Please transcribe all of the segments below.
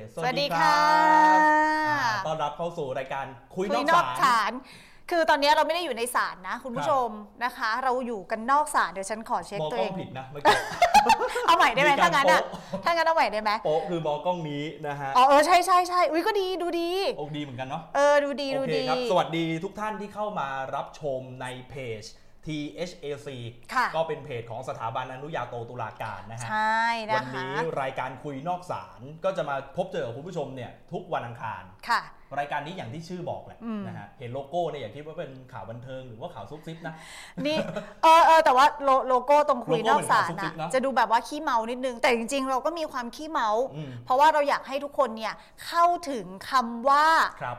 สวัสดีครับต้อนรับเข้าสู่รายการคุยนอกศาลคือตอนนี้เราไม่ได้อยู่ในศาลนะคุณผู้ชมนะคะเราอยู่กันนอกศาลเดี๋ยวฉันขอเช็คตัวเองมองกล้องผิดนะเมื่อกี้เอาใหม่ได้ไหมถ้างั้นเอาใหม่ได้ไหมโป๊ะคือมองกล้องนี้นะฮะใช่อุ้ยก็ดีดูดีดีเหมือนกันเนาะดูดีครับสวัสดีทุกท่านที่เข้ามารับชมในเพจTHAC ก็เป็นเพจของสถาบันอนุญาโตตุลาการนะฮะใช่นะคะวันนี้รายการคุยนอกศาลก็จะมาพบเจอกับคุณผู้ชมเนี่ยทุกวันอังคารค่ะรายการนี้อย่างที่ชื่อบอกแหละนะฮะเห็นโลโก้เนี่ยอย่าคิดว่าเป็นข่าวบันเทิงหรือว่าข่าวซุบซิบนะนี่แต่ว่าโลโก้ตรงคุยนอกศาลนะจะดูแบบว่าขี้เมานิดนึงแต่จริงๆเราก็มีความขี้เมาเพราะว่าเราอยากให้ทุกคนเนี่ยเข้าถึงคำว่า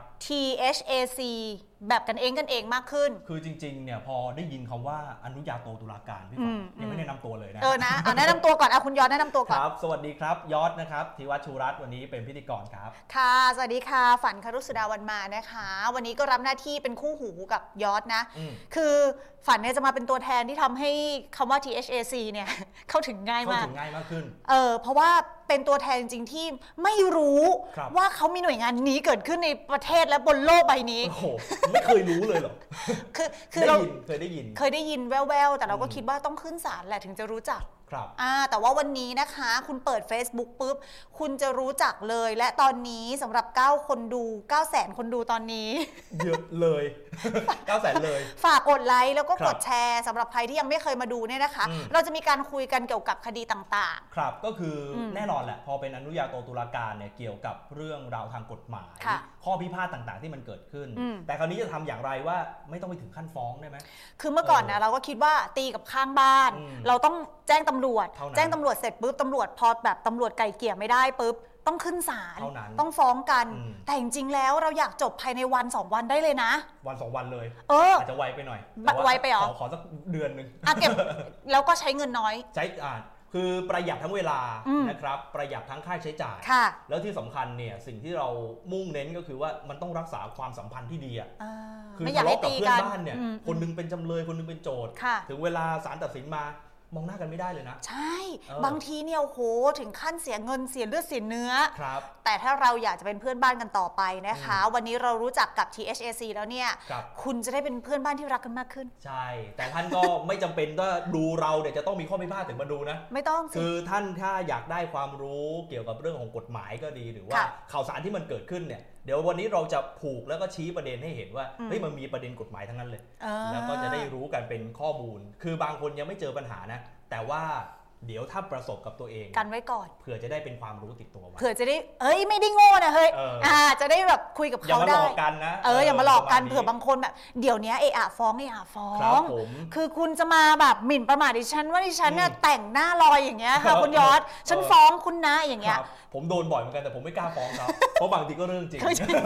THAC แบบกันเองมากขึ้นคือจริงๆเนี่ยพอได้ยินคำว่าอนุญาโตตุลาการพี่ฝันยังไม่แนะนำตัวเลยนะนะแนะนำตัวก่อนคุณยอดแนะนำตัวก่อนครับสวัสดีครับยอดนะครับธีวัชชูรัตน์วันนี้เป็นพิธีกรครับค่ะสวัสดีค่ะฝันครุสุดาวันมานะคะวันนี้ก็รับหน้าที่เป็นคู่หูกับยอดนะคือฝันเนี่ยจะมาเป็นตัวแทนที่ทำให้คำว่า THAC เนี่ยเข้าถึงง่ายมากขึ้นเพราะว่าเป็นตัวแทนจริงๆที่ไม่รู้ว่าเขามีหน่วยงานนี้เกิดขึ้นในประเทศและบนโลกใบนี้โอ้โหไม่เคยรู้เลยหรอคือเราเคยได้ยินแว่วๆแต่เราก็คิดว่าต้องขึ้นศาลแหละถึงจะรู้จักครับแต่ว่าวันนี้นะคะคุณเปิด Facebook ปุ๊บคุณจะรู้จักเลยและตอนนี้สำหรับ9คนดู900,000 คนดูตอนนี้เยอะเลย900,000เลยฝากกดไลค์แล้วก็กดแชร์สำหรับใครที่ยังไม่เคยมาดูเนี่ยนะคะเราจะมีการคุยกันเกี่ยวกับคดีต่างๆครับก็คือแน่นอนแหละพอเป็นอนุญาโตตุลาการเนี่ยเกี่ยวกับเรื่องราวทางกฎหมายข้อพิพาทต่างๆที่มันเกิดขึ้นแต่คราวนี้จะทำอย่างไรว่าไม่ต้องไปถึงขั้นฟ้องได้ไหมคือเมื่อก่อนนะเราก็คิดว่าตีกับข้างบ้านเราต้องแจ้งตำรวจเสร็จปุ๊บตำรวจพอแบบตำรวจไก่เกลี่ยไม่ได้ปุ๊บต้องขึ้นศาลต้องฟ้องกันแต่จริงๆแล้วเราอยากจบภายในวัน2วันได้เลยนะวัน2วันเลยอาจจะไวไปหน่อยไวไปหรอขอสักเดือนนึงเก็บแล้วก็ใช้เงินน้อยใช้คือประหยัดทั้งเวลานะครับประหยัดทั้งค่าใช้จ่ายแล้วที่สำคัญเนี่ยสิ่งที่เรามุ่งเน้นก็คือว่ามันต้องรักษาความสัมพันธ์ที่ดีคือทะเลาะกับเพื่อนบ้านเนี่ยคนนึงเป็นจำเลยคนนึงเป็นโจทย์ถึงเวลาศาลตัดสินมามองหน้ากันไม่ได้เลยนะใช่บางทีเนี่ยโอ้โหถึงขั้นเสียเงินเสียเลือดเสียเนื้อครับแต่ถ้าเราอยากจะเป็นเพื่อนบ้านกันต่อไปนะคะวันนี้เรารู้จักกับ THAC แล้วเนี่ยคุณจะได้เป็นเพื่อนบ้านที่รักกันมากขึ้นใช่แต่ท่านก็ไม่จำเป็นว่าดูเราเดี๋ยวจะต้องมีข้อพิพาทถึงมาดูนะไม่ต้องคือท่านถ้าอยากได้ความรู้เกี่ยวกับเรื่องของกฎหมายก็ดีหรือว่าข่าวสารที่มันเกิดขึ้นเนี่ยเดี๋ยววันนี้เราจะผูกแล้วก็ชี้ประเด็นให้เห็นว่าเฮ้ยมันมีประเด็นกฎหมายทั้งนั้นเลยแล้วก็จะได้รู้กันเป็นข้อมูลคือบางคนยังไม่เจอปัญหานะแต่ว่าเดี๋ยวถ้าประสบกับตัวเองกันไว้ก่อนเผื่อจะได้เป็นความรู้ติดตัวไว้เผื่อจะได้ไม่ได้โง่นะเฮ้ยจะได้แบบคุยกับเขาได้อย่ามาหลอกกันนะอย่ามาหลอกกันเผื่อบางคนแบบเดี๋ยวนี้ฟ้องคือคุณจะมาแบบหมิ่นประมาทดิฉันว่าดิฉันเนี่ยแต่งหน้าลอยอย่างเงี้ยค่ะคุณยอดฉันฟ้องคุณนะอย่างเงี้ยผมโดนบ่อยเหมือนกันแต่ผมไม่กล้าฟ้องเขาเพราะบางทีก็เรื่องจริง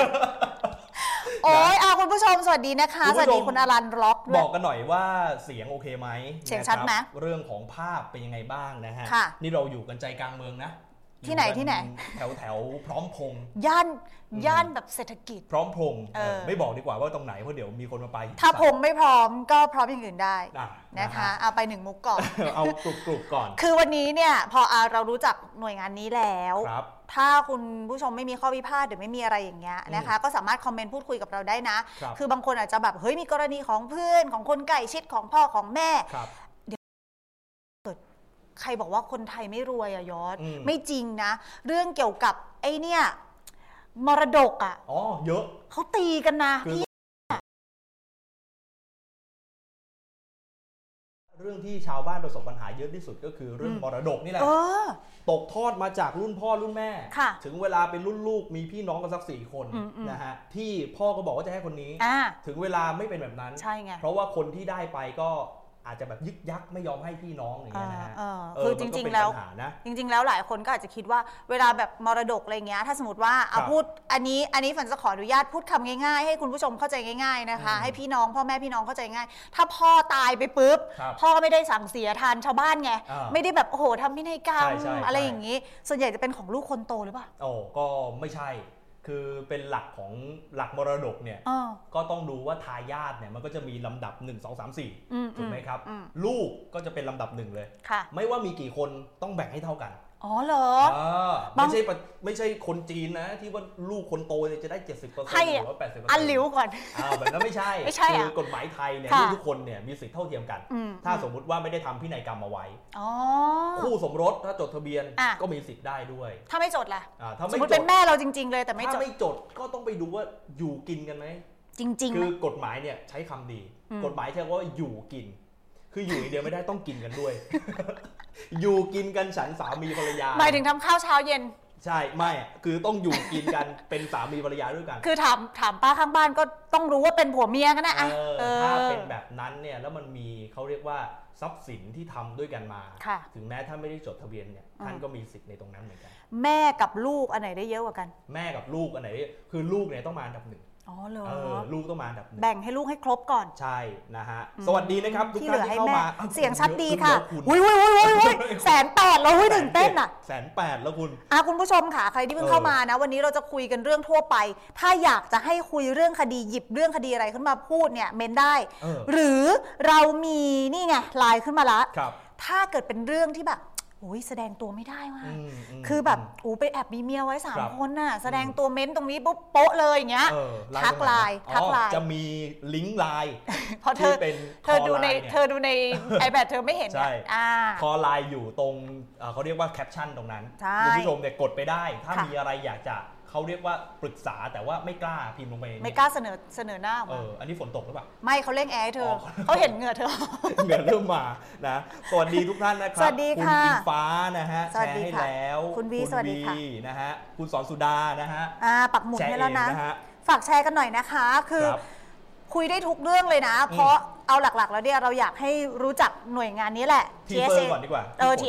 คุณผู้ชมสวัสดีนะคะสวัสดีคุณอรันล็อกบอกกันหน่อยว่าเสียงโอเคไหมเสียงชัดไหมเรื่องของภาพเป็นยังไงบ้างนะฮะนี่เราอยู่กันใจกลางเมืองนะที่ไหนแถวพร้อมพงษ์ย่านแบบเศรษฐกิจพร้อมพงษ์ไม่บอกดีกว่าว่าตรงไหนเพราะเดี๋ยวมีคนมาไปถ้าพงษ์ไม่พร้อมก็พร้อมอย่างอื่นได้นะคะเอาไป1มุกก่อนเอากรุบก่อนคือวันนี้เนี่ยพอเรารู้จักหน่วยงานนี้แล้วถ้าคุณผู้ชมไม่มีข้อพิพาทหรือไม่มีอะไรอย่างเงี้ยนะคะก็สามารถคอมเมนต์พูดคุยกับเราได้นะคือบางคนอาจจะแบบเฮ้ยมีกรณีของเพื่อนของคนใกล้ชิดของพ่อของแม่ใครบอกว่าคนไทยไม่รวยยอดไม่จริงนะเรื่องเกี่ยวกับไอ้เนี่ยมรดกเยอะเขาตีกันนะเรื่องที่ชาวบ้านประสบปัญหาเยอะที่สุดก็คือเรื่องมรดกนี่แหละตกทอดมาจากรุ่นพ่อรุ่นแม่ถึงเวลาเป็นรุ่นลูกมีพี่น้องกันสัก4 คนนะฮะที่พ่อก็บอกว่าจะให้คนนี้ถึงเวลาไม่เป็นแบบนั้นใช่ไงเพราะว่าคนที่ได้ไปก็อาจจะแบบยึกยักไม่ยอมให้พี่น้องอย่างเงี้ยนะฮะคือจริงๆแล้วหลายคนก็อาจจะคิดว่าเวลาแบบมรดกอะไรเงี้ยถ้าสมมติว่าพูดอันนี้ฝันจะขออนุญาตพูดคำง่ายๆให้คุณผู้ชมเข้าใจง่ายๆนะคะให้พี่น้องพ่อแม่พี่น้องเข้าใจง่ายถ้าพ่อตายไปปุ๊บพ่อไม่ได้สั่งเสียทานชาวบ้านไงไม่ได้แบบโอ้โหทำพินัยกรรมอะไรอย่างงี้ส่วนใหญ่จะเป็นของลูกคนโตหรือเปล่าก็ไม่ใช่คือเป็นหลักของหลักมรดกเนี่ยก็ต้องดูว่าทายาทเนี่ยมันก็จะมีลำดับ1 2 3 4ถูกไหมครับลูกก็จะเป็นลำดับ1เลยไม่ว่ามีกี่คนต้องแบ่งให้เท่ากันอ๋อเหรอไม่ใช่คนจีนนะที่ว่าลูกคนโตจะได้ 70% หรือว่า 80% อันหลิวก่อนแบบนั้นไม่ใช่คือกฎหมายไทยเนี่ยลูกทุกคนเนี่ยมีสิทธิเท่าเทียมกันถ้าสมมุติว่าไม่ได้ทำพินัยกรรมเอาไว้คู่สมรสถ้าจดทะเบียนก็มีสิทธิ์ได้ด้วยถ้าไม่จดล่ะสมมติเป็นแม่เราจริงๆเลยแต่ไม่จดถ้าไม่จดก็ต้องไปดูว่าอยู่กินกันไหมจริงๆคือกฎหมายเนี่ยใช้คำดีกฎหมายใช้ว่าอยู่กินคืออยู่เดียวไม่ได้ต้องกินกันด้วยอยู่กินกันฉันสามีภรรยาหมายถึงทำข้าวเช้าเย็นใช่ไม่คือต้องอยู่กินกันเป็นสามีภรรยาด้วยกันคือถามป้าข้างบ้านก็ต้องรู้ว่าเป็นผัวเมียกันนะถ้าเป็นแบบนั้นเนี่ยแล้วมันมีเขาเรียกว่าทรัพย์สินที่ทำด้วยกันมาถึงแม้ถ้าไม่ได้จดทะเบียนเนี่ยท่านก็มีสิทธิ์ในตรงนั้นเหมือนกันแม่กับลูกอันไหนได้เยอะกว่ากันแม่กับลูกอันไหนคือลูกเนี่ยต้องมาอันดับหนึ่งอ๋อเหรอลูกต้องมาอันดับหนึ่งแบ่งให้ลูกให้ครบก่อนใช่นะฮะสวัสดีนะครับทุกท่านที่เข้ามาเสียงชัดดีค่ะอุ้ย180,000แล้วตื่นเต้นอ่ะ 180,000แล้วคุณคุณผู้ชมค่ะใครที่เพิ่งเข้ามานะวันนี้เราจะคุยกันเรื่องทั่วไปถ้าอยากจะให้คุยเรื่องคดีหยิบเรื่องคดีอะไรขึ้นมาพูดเนี่ยเมนได้หรือเรามีนี่ไงไลน์ขึ้นมาละถ้าเกิดเป็นเรื่องที่แบบแสดงตัวไม่ได้ว่ะคือแบบไปแอบมีเมียไว้3คนน่ะแสดงตัวเม้นตรงนี้ปุ๊บโป๊ะเลยอย่างเงี้ยทักไลน์จะมีลิงก์ไลน์เพราะเธอดูใน iPad เธอไม่เห็นใช่คอไลน์อยู่ตรงเขาเรียกว่าแคปชั่นตรงนั้นคุณผู้ชมเนี่ยกดไปได้ถ้ามีอะไรอยากจะเขาเรียกว่าปรึกษาแต่ว่าไม่กล้าพิมพ์ลงไปไม่กล้าเสนอหน้าอันนี้ฝนตกหรือเปล่าไม่เขาเร่งแอร์เธอเขาเห็นเหงื่อเธอเหงื่อเริ่มมานะสวัสดีทุกท่านนะครับสวัสดีค่ะคุณอิงฟ้านะฮะแชร์ให้แล้วคุณวีสวัสดีค่ะนะฮะคุณสอนสุดานะฮะปักหมุดให้แล้วนะฝากแชร์กันหน่อยนะคะคือคุยได้ทุกเรื่องเลยนะเพราะเอาหลักๆแล้วเนี่ยเราอยากให้รู้จักหน่วยงานนี้แหละ TSA ก่อนดีกว่า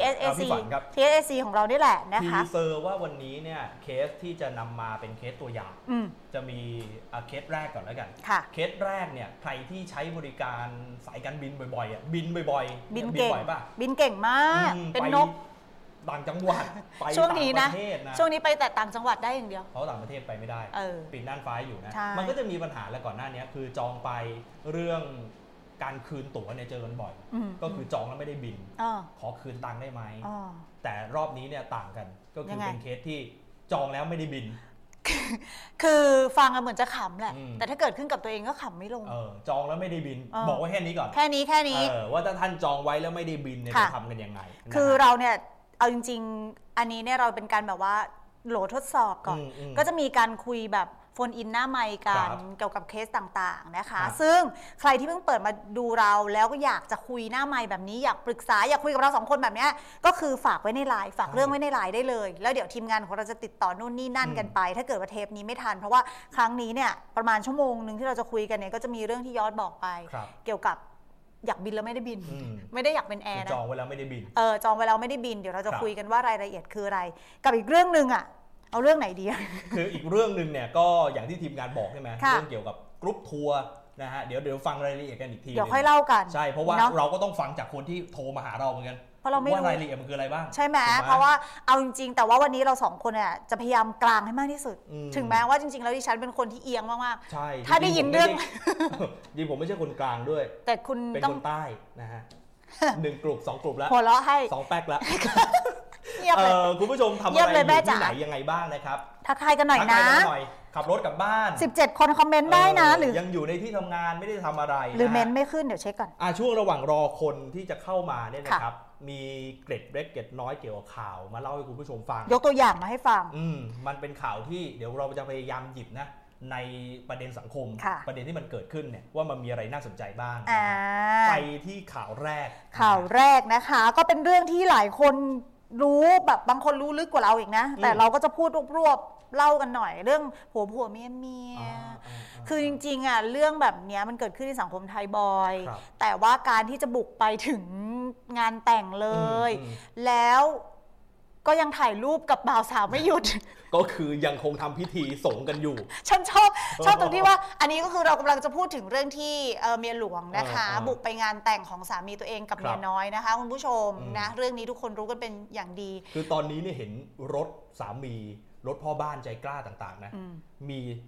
TSAC ของเรานี่แหละนะคะทีเซอร์ว่าวันนี้เนี่ยเคสที่จะนำมาเป็นเคสตัวอย่างจะมีเคสแรกก่อนแล้วกันเคสแรกเนี่ยใครที่ใช้บริการสายการบินบ่อยๆบินบ่อยๆบินเก่งป่ะบินเก่งมากเป็นนกต่างจังหวัดไปช่วงนี้นะช่วงนี้ไปแต่ต่างจังหวัดได้อย่างเดียวเพราะต่างประเทศไปไม่ได้ปิดน่านฟ้าอยู่นะมันก็จะมีปัญหาแล้วก่อนหน้านี้คือจองไปเรื่องการคืนตั๋วเนี่ยเจอกันบ่อยก็คือจองแล้วไม่ได้บินขอคืนตังค์ได้ไหมแต่รอบนี้เนี่ยต่างกันก็คือเป็นเคสที่จองแล้วไม่ได้บินคือฟังเหมือนจะขำแหละแต่ถ้าเกิดขึ้นกับตัวเองก็ขำไม่ลงจองแล้วไม่ได้บินบอกว่าแค่นี้ก่อนแค่นี้ว่าถ้าท่านจองไว้แล้วไม่ได้บินเนี่ยจะทำกันยังไงคือเราเนี่ยเอาจริงๆอันนี้เนี่ยเราเป็นการแบบว่าโหลดทดสอบก่อนก็จะมีการคุยแบบโฟนอินหน้าไมค์กันเกี่ยวกับเคสต่างๆนะคะซึ่งใครที่เพิ่งเปิดมาดูเราแล้วก็อยากจะคุยหน้าไมค์แบบนี้อยากปรึกษาอยากคุยกับเรา2คนแบบนี้ก็คือฝากไว้ในไลน์ฝากเรื่องไว้ในไลน์ได้เลยแล้วเดี๋ยวทีมงานของเราจะติดต่อนู่นนี่นั่นกันไปถ้าเกิดว่าเทปนี้ไม่ทันเพราะว่าครั้งนี้เนี่ยประมาณชั่วโมงนึงที่เราจะคุยกันเนี่ยก็จะมีเรื่องที่ยอดบอกไปเกี่ยวกับอยากบินแล้วไม่ได้บินไม่ได้อยากเป็นแอร์นะจองไว้แล้วไม่ได้บินจองไว้แล้วไม่ได้บินเดี๋ยวเราจะคุยกันว่ารายละเอียดคืออะไรกับอีกเรื่องนึงเอาเรื่องไหนดีคืออีกเรื่องนึงเนี่ยก็อย่างที่ทีมงานบอกใช่ไหมเรื่องเกี่ยวกับกรุ๊ปทัวร์นะฮะเดี๋ยวฟังรายละเอียดกันอีกทีเดี๋ยวค่อยเล่ากันใช่เพราะว่าเราก็ต้องฟังจากคนที่โทรมาหาเราเหมือนกันเพราะเราไม่รู้ว่ารายละเอียดมันคืออะไรบ้างใช่ไหมเพราะว่าเอาจริงๆแต่ว่าวันนี้เรา2คนเนี่ยจะพยายามกลางให้มากที่สุดถึงแม้ว่าจริงๆแล้วดิฉันเป็นคนที่เอียงมากๆใช่ถ้าได้ยินเรื่องจริงผมไม่ใช่คนกลางด้วยแต่คุณเป็นคนใต้นะฮะ1 กลุ่ม 2 กลุ่มแล้วหัวเราะให้ 2 แป๊กแล้วคุณผู้ชมทำอะไรอยู่ที่ไหนยังไงบ้างนะครับทักทายกันหน่อยนะขับรถกลับบ้าน 17 คนคอมเมนต์ได้นะหรือยังอยู่ในที่ทำงานไม่ได้ทำอะไรหรือเมนต์ไม่ขึ้นเดี๋ยวเช็คก่อนช่วงระหว่างรอคนที่จะเข้ามาเนี่ยนะครับมีเกร็ดเล็กเกร็ดน้อยเกี่ยวกับข่าวมาเล่าให้คุณผู้ชมฟังยกตัวอย่างมาให้ฟังมันเป็นข่าวที่เดี๋ยวเราจะพยายามหยิบนะในประเด็นสังคมประเด็นที่มันเกิดขึ้นเนี่ยว่ามันมีอะไรน่าสนใจบ้างไปที่ข่าวแรกนะคะก็เป็นเรื่องที่หลายคนรู้แบบบางคนรู้ลึกกว่าเราอีกนะแต่เราก็จะพูดรวบเล่ากันหน่อยเรื่องผัวเมียคือจริงๆเรื่องแบบนี้มันเกิดขึ้นในสังคมไทยบ่อยแต่ว่าการที่จะบุกไปถึงงานแต่งเลยแล้วก็ยังถ่ายรูปกับบ่าวสาวไม่หยุดก็คือยังคงทำพิธีสงกันอยู่ฉันชอบตรงที่ว่าอันนี้ก็คือเรากำลังจะพูดถึงเรื่องที่เมียหลวงนะคะบุกไปงานแต่งของสามีตัวเองกับเมียน้อยนะคะคุณผู้ชมนะเรื่องนี้ทุกคนรู้กันเป็นอย่างดีคือตอนนี้เนี่ยเห็นรถสามีรถพ่อบ้านใจกล้าต่างๆนะมี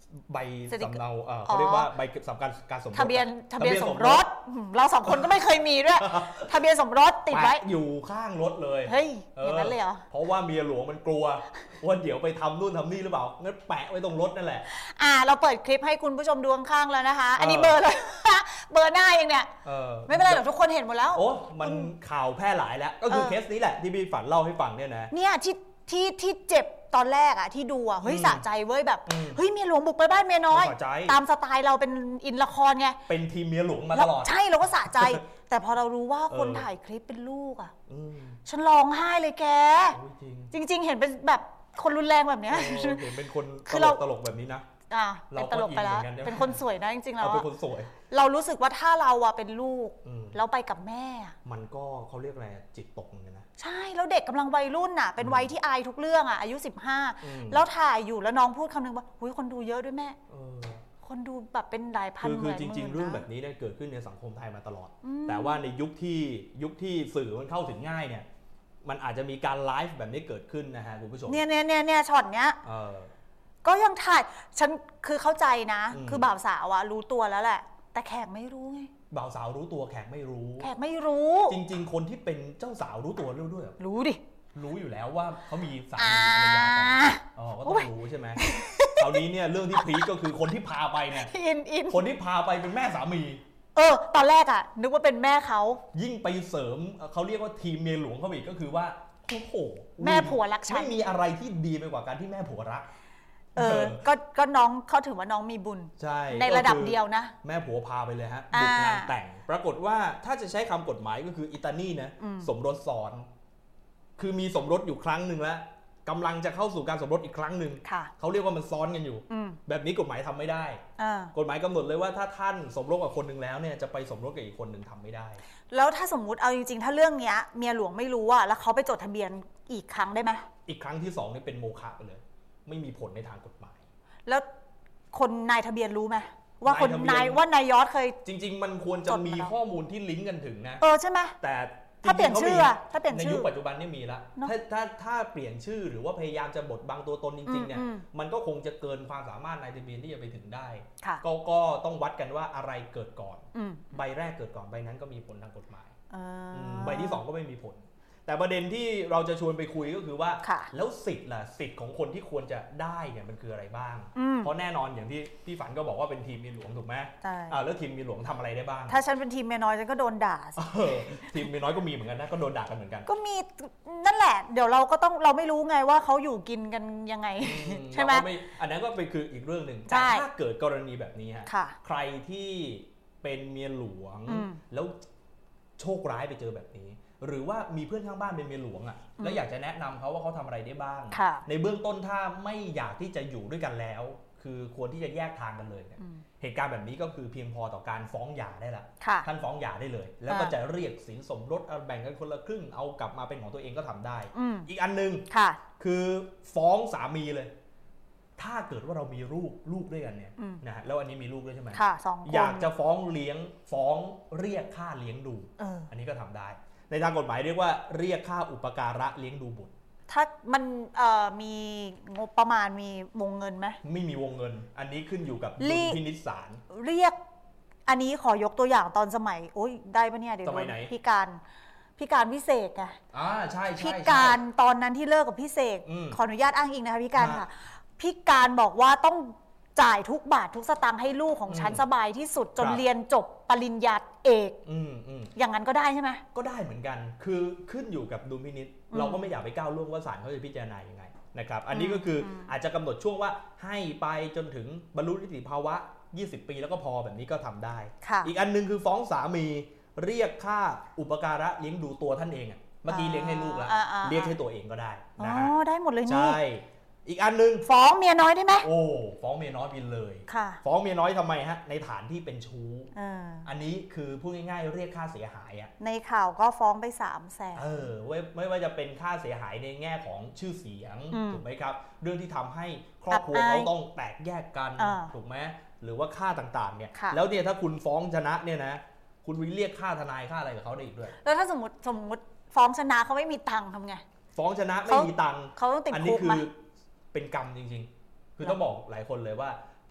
ใบสำเนาเขาเรียกว่าใบสำคัญการสมรสทะเบียนสมรสเรา2 คนก็ไม่เคยมีด้วยทะเบียนสมรสติดไว้อยู่ข้างรถเลยเฮ้ยอย่างนั้นเลยเหรอเพราะว่าเมียหลวงมันกลัวว่าเดี๋ยวไปทำนู่นทำนี่หรือเปล่างั้นแปะไว้ตรงรถนั่นแหละเราเปิดคลิปให้คุณผู้ชมดูข้างๆแล้วนะคะอันนี้เบอร์เลยเบอร์หน้าเองเนี่ยไม่เป็นไรหรอกทุกคนเห็นหมดแล้วโอ้มันข่าวแพร่หลายแล้วก็คือเคสนี้แหละที่พี่ฝันเล่าให้ฟังเนี่ยนะเนี่ยที่เจ็บตอนแรกที่ดูเฮ้ยสะใจเว้ยแบบเฮ้ยเมียหลวงบุกไปบ้านเมียน้อยตามสไตล์เราเป็นอินละครไงเป็นทีมเมียหลวงมาตลอดใช่เราก็สะใจแต่พอเรารู้ว่าคนถ่ายคลิปเป็นลูกฉันร้องไห้เลยแกจริงเห็นเป็นแบบคนรุนแรงแบบเนี้ยเห็นเป็นคนตลกแบบนี้นะเป็นตลกไปแล้วเป็นคนสวยนะจริงๆแล้วเป็นคนสวยเรารู้สึกว่าถ้าเราเป็นลูกแล้วไปกับแม่มันก็เขาเรียกอะไรจิตตกเหมือนกันนะใช่แล้วเด็กกำลังวัยรุ่นเป็นวัยที่อายทุกเรื่องอายุ15แล้วถ่ายอยู่แล้วน้องพูดคำนึงว่าหุ้ยคนดูเยอะด้วยแม่คนดูแบบเป็นหลายพันคือจริงๆเรื่องแบบนี้เนี่ยเกิดขึ้นในสังคมไทยมาตลอดแต่ว่าในยุคที่สื่อมันเข้าถึงง่ายเนี่ยมันอาจจะมีการไลฟ์แบบนี้เกิดขึ้นนะฮะคุณผู้ชมเนี่ยช็อตเนี้ยก็ยังถ่ายฉันคือเข้าใจนะคือบ่าวสาวรู้ตัวแล้วแหละแต่แขกไม่รู้ไงบ่าวสาวรู้ตัวแขกไม่รู้จริงๆคนที่เป็นเจ้าสาวรู้ตัวด้วยรู้ดิรู้อยู่แล้วว่าเขามีสามีภรรยากันก็ต้องรู้ใช่ไหมคราวนี้เนี่ยเรื่องที่พีคก็คือคนที่พาไปเนี่ยคนที่พาไปเป็นแม่สามีตอนแรกนึกว่าเป็นแม่เขายิ่งไปเสริมเขาเรียกว่าทีมเมียหลวงเข้าไปอีกก็คือว่าโอ้โหแม่ผัวรักฉันไม่มีอะไรที่ดีไปกว่าการที่แม่ผัวรักก็น้องเขาถือว่าน้องมีบุญในระดับเดียวนะแม่ผัวพาไปเลยฮะบุกงานแต่งปรากฏว่าถ้าจะใช้คำกฎหมายก็คืออิตาลีนะสมรสซ้อนคือมีสมรสอยู่ครั้งหนึ่งแล้วกำลังจะเข้าสู่การสมรสอีกครั้งหนึ่งเขาเรียกว่ามันซ้อนกันอยู่แบบนี้กฎหมายทำไม่ได้กฎหมายกำหนดเลยว่าถ้าท่านสมรสกับคนหนึ่งแล้วเนี่ยจะไปสมรสกับอีกคนหนึ่งทำไม่ได้แล้วถ้าสมมุติเอาจริงๆถ้าเรื่องนี้เมียหลวงไม่รู้แล้วเขาไปจดทะเบียนอีกครั้งได้ไหมอีกครั้งที่2นี่เป็นโมฆะไปเลยไม่มีผลในทางกฎหมายแล้วคนนายทะเบียนรู้ไหมว่าคนนายยอดเคยจริงๆมันควรจะมีข้อมูลที่ลิงก์กันถึงนะใช่ไหมแต่ถ้าเปลี่ยนชื่อในยุคปัจจุบันนี่มีแล้วถ้าเปลี่ยนชื่อหรือว่าพยายามจะบดบังตัวตนจริงๆเนี่ยมันก็คงจะเกินความสามารถนายทะเบียนที่จะไปถึงได้ก็ต้องวัดกันว่าอะไรเกิดก่อนใบแรกเกิดก่อนใบนั้นก็มีผลทางกฎหมายใบที่2ก็ไม่มีผลแต่ประเด็นที่เราจะชวนไปคุยก็คือว่าแล้วสิทธิ์ล่ะสิทธิ์ของคนที่ควรจะได้เนี่ยมันคืออะไรบ้างเพราะแน่นอนอย่างที่พี่ฝันก็บอกว่าเป็นทีมเมียหลวงถูกไหมแล้วทีมเมียหลวงทำอะไรได้บ้างถ้าฉันเป็นทีมเมียน้อยฉันก็โดนด่าทีมเมียน้อยก็มีเหมือนกันนะก็โดนด่ากันเหมือนกันก็มีนั่นแหละเดี๋ยวเราไม่รู้ไงว่าเขาอยู่กินกันยังไงใช่ไหมอันนั้นก็เป็นคืออีกเรื่องหนึ่งแต่ถ้าเกิดกรณีแบบนี้ฮะใครที่เป็นเมียหลวงแล้วโชคร้ายไปเจอแบบนี้หรือว่ามีเพื่อนข้างบ้านเป็นเมียหลวงแล้วอยากจะแนะนำเขาว่าเขาทำอะไรได้บ้างในเบื้องต้นถ้าไม่อยากที่จะอยู่ด้วยกันแล้วคือควรที่จะแยกทางกันเลยเนี่ยเหตุการณ์แบบนี้ก็คือเพียงพอต่อการฟ้องหย่าได้ละท่านฟ้องหย่าได้เลยแล้วก็จะเรียกสินสมรสแบ่งกันคนละครึ่งเอากลับมาเป็นของตัวเองก็ทำได้อีกอันนึงคือฟ้องสามีเลยถ้าเกิดว่าเรามีลูกด้วยกันเนี่ยนะแล้วอันนี้มีลูกด้วยใช่ไหมอยากจะฟ้องเรียกค่าเลี้ยงดูอันนี้ก็ทำได้ในทางกฎหมายเรียกว่าเรียกค่าอุปการะเลี้ยงดูบุตรถ้ามันมีงบประมาณมีวงเงินไหมไม่มีวงเงินอันนี้ขึ้นอยู่กับดุลพินิจศาลเรียกอันนี้ขอยกตัวอย่างตอนสมัยโอ๊ยได้ปะเนี่ยเดี๋ยวพี่การวิเศษไงใช่พี่การตอนนั้นที่เลิกกับพี่เสกขออนุญาตอ้างอิงนะคะพี่การค่ะพี่การบอกว่าต้องจ่ายทุกบาททุกสตางค์ให้ลูกของฉันสบายที่สุดจนเรียนจบปริญญาเอกอย่างนั้นก็ได้ใช่ไหมก็ได้เหมือนกันคือขึ้นอยู่กับดุลพินิจเราก็ไม่อยากไปก้าวล่วงว่าศาลเขาจะพิจารณายังไงนะครับอันนี้ก็คืออาจจะกำหนดช่วงว่าให้ไปจนถึงบรรลุนิติภาวะ20 ปีแล้วก็พอแบบนี้ก็ทำได้อีกอันนึงคือฟ้องสามีเรียกค่าอุปการะเลี้ยงดูตัวท่านเองเมื่อกี้เลี้ยงให้ลูกแล้วเรียกให้ตัวเองก็ได้นะฮะได้หมดเลยนี่ใช่อีกอันนึงฟ้องเมียน้อยได้ไหมฟ้องเมียน้อยไปเลยฟ้องเมียน้อยทำไมฮะในฐานที่เป็นชู้อันนี้คือพูดง่ายๆเรียกค่าเสียหายในข่าวก็ฟ้องไป300,000 ไม่ว่าจะเป็นค่าเสียหายในแง่ของชื่อเสียงถูกไหมครับเรื่องที่ทำให้ครอบครัวเขาต้องแตกแยกกันถูกไหมหรือว่าค่าต่างๆเนี่ยแล้วเนี่ยถ้าคุณฟ้องชนะเนี่ยนะคุณวิเรียกค่าทนายค่าอะไรกับเขาได้อีกด้วยแล้วถ้าสมมติฟ้องชนะเขาไม่มีตังค์ทำไงฟ้องชนะไม่มีตังค์เขาต้องติดคุกเป็นกรรมจริงๆคือต้องบอกหลายคนเลยว่าพ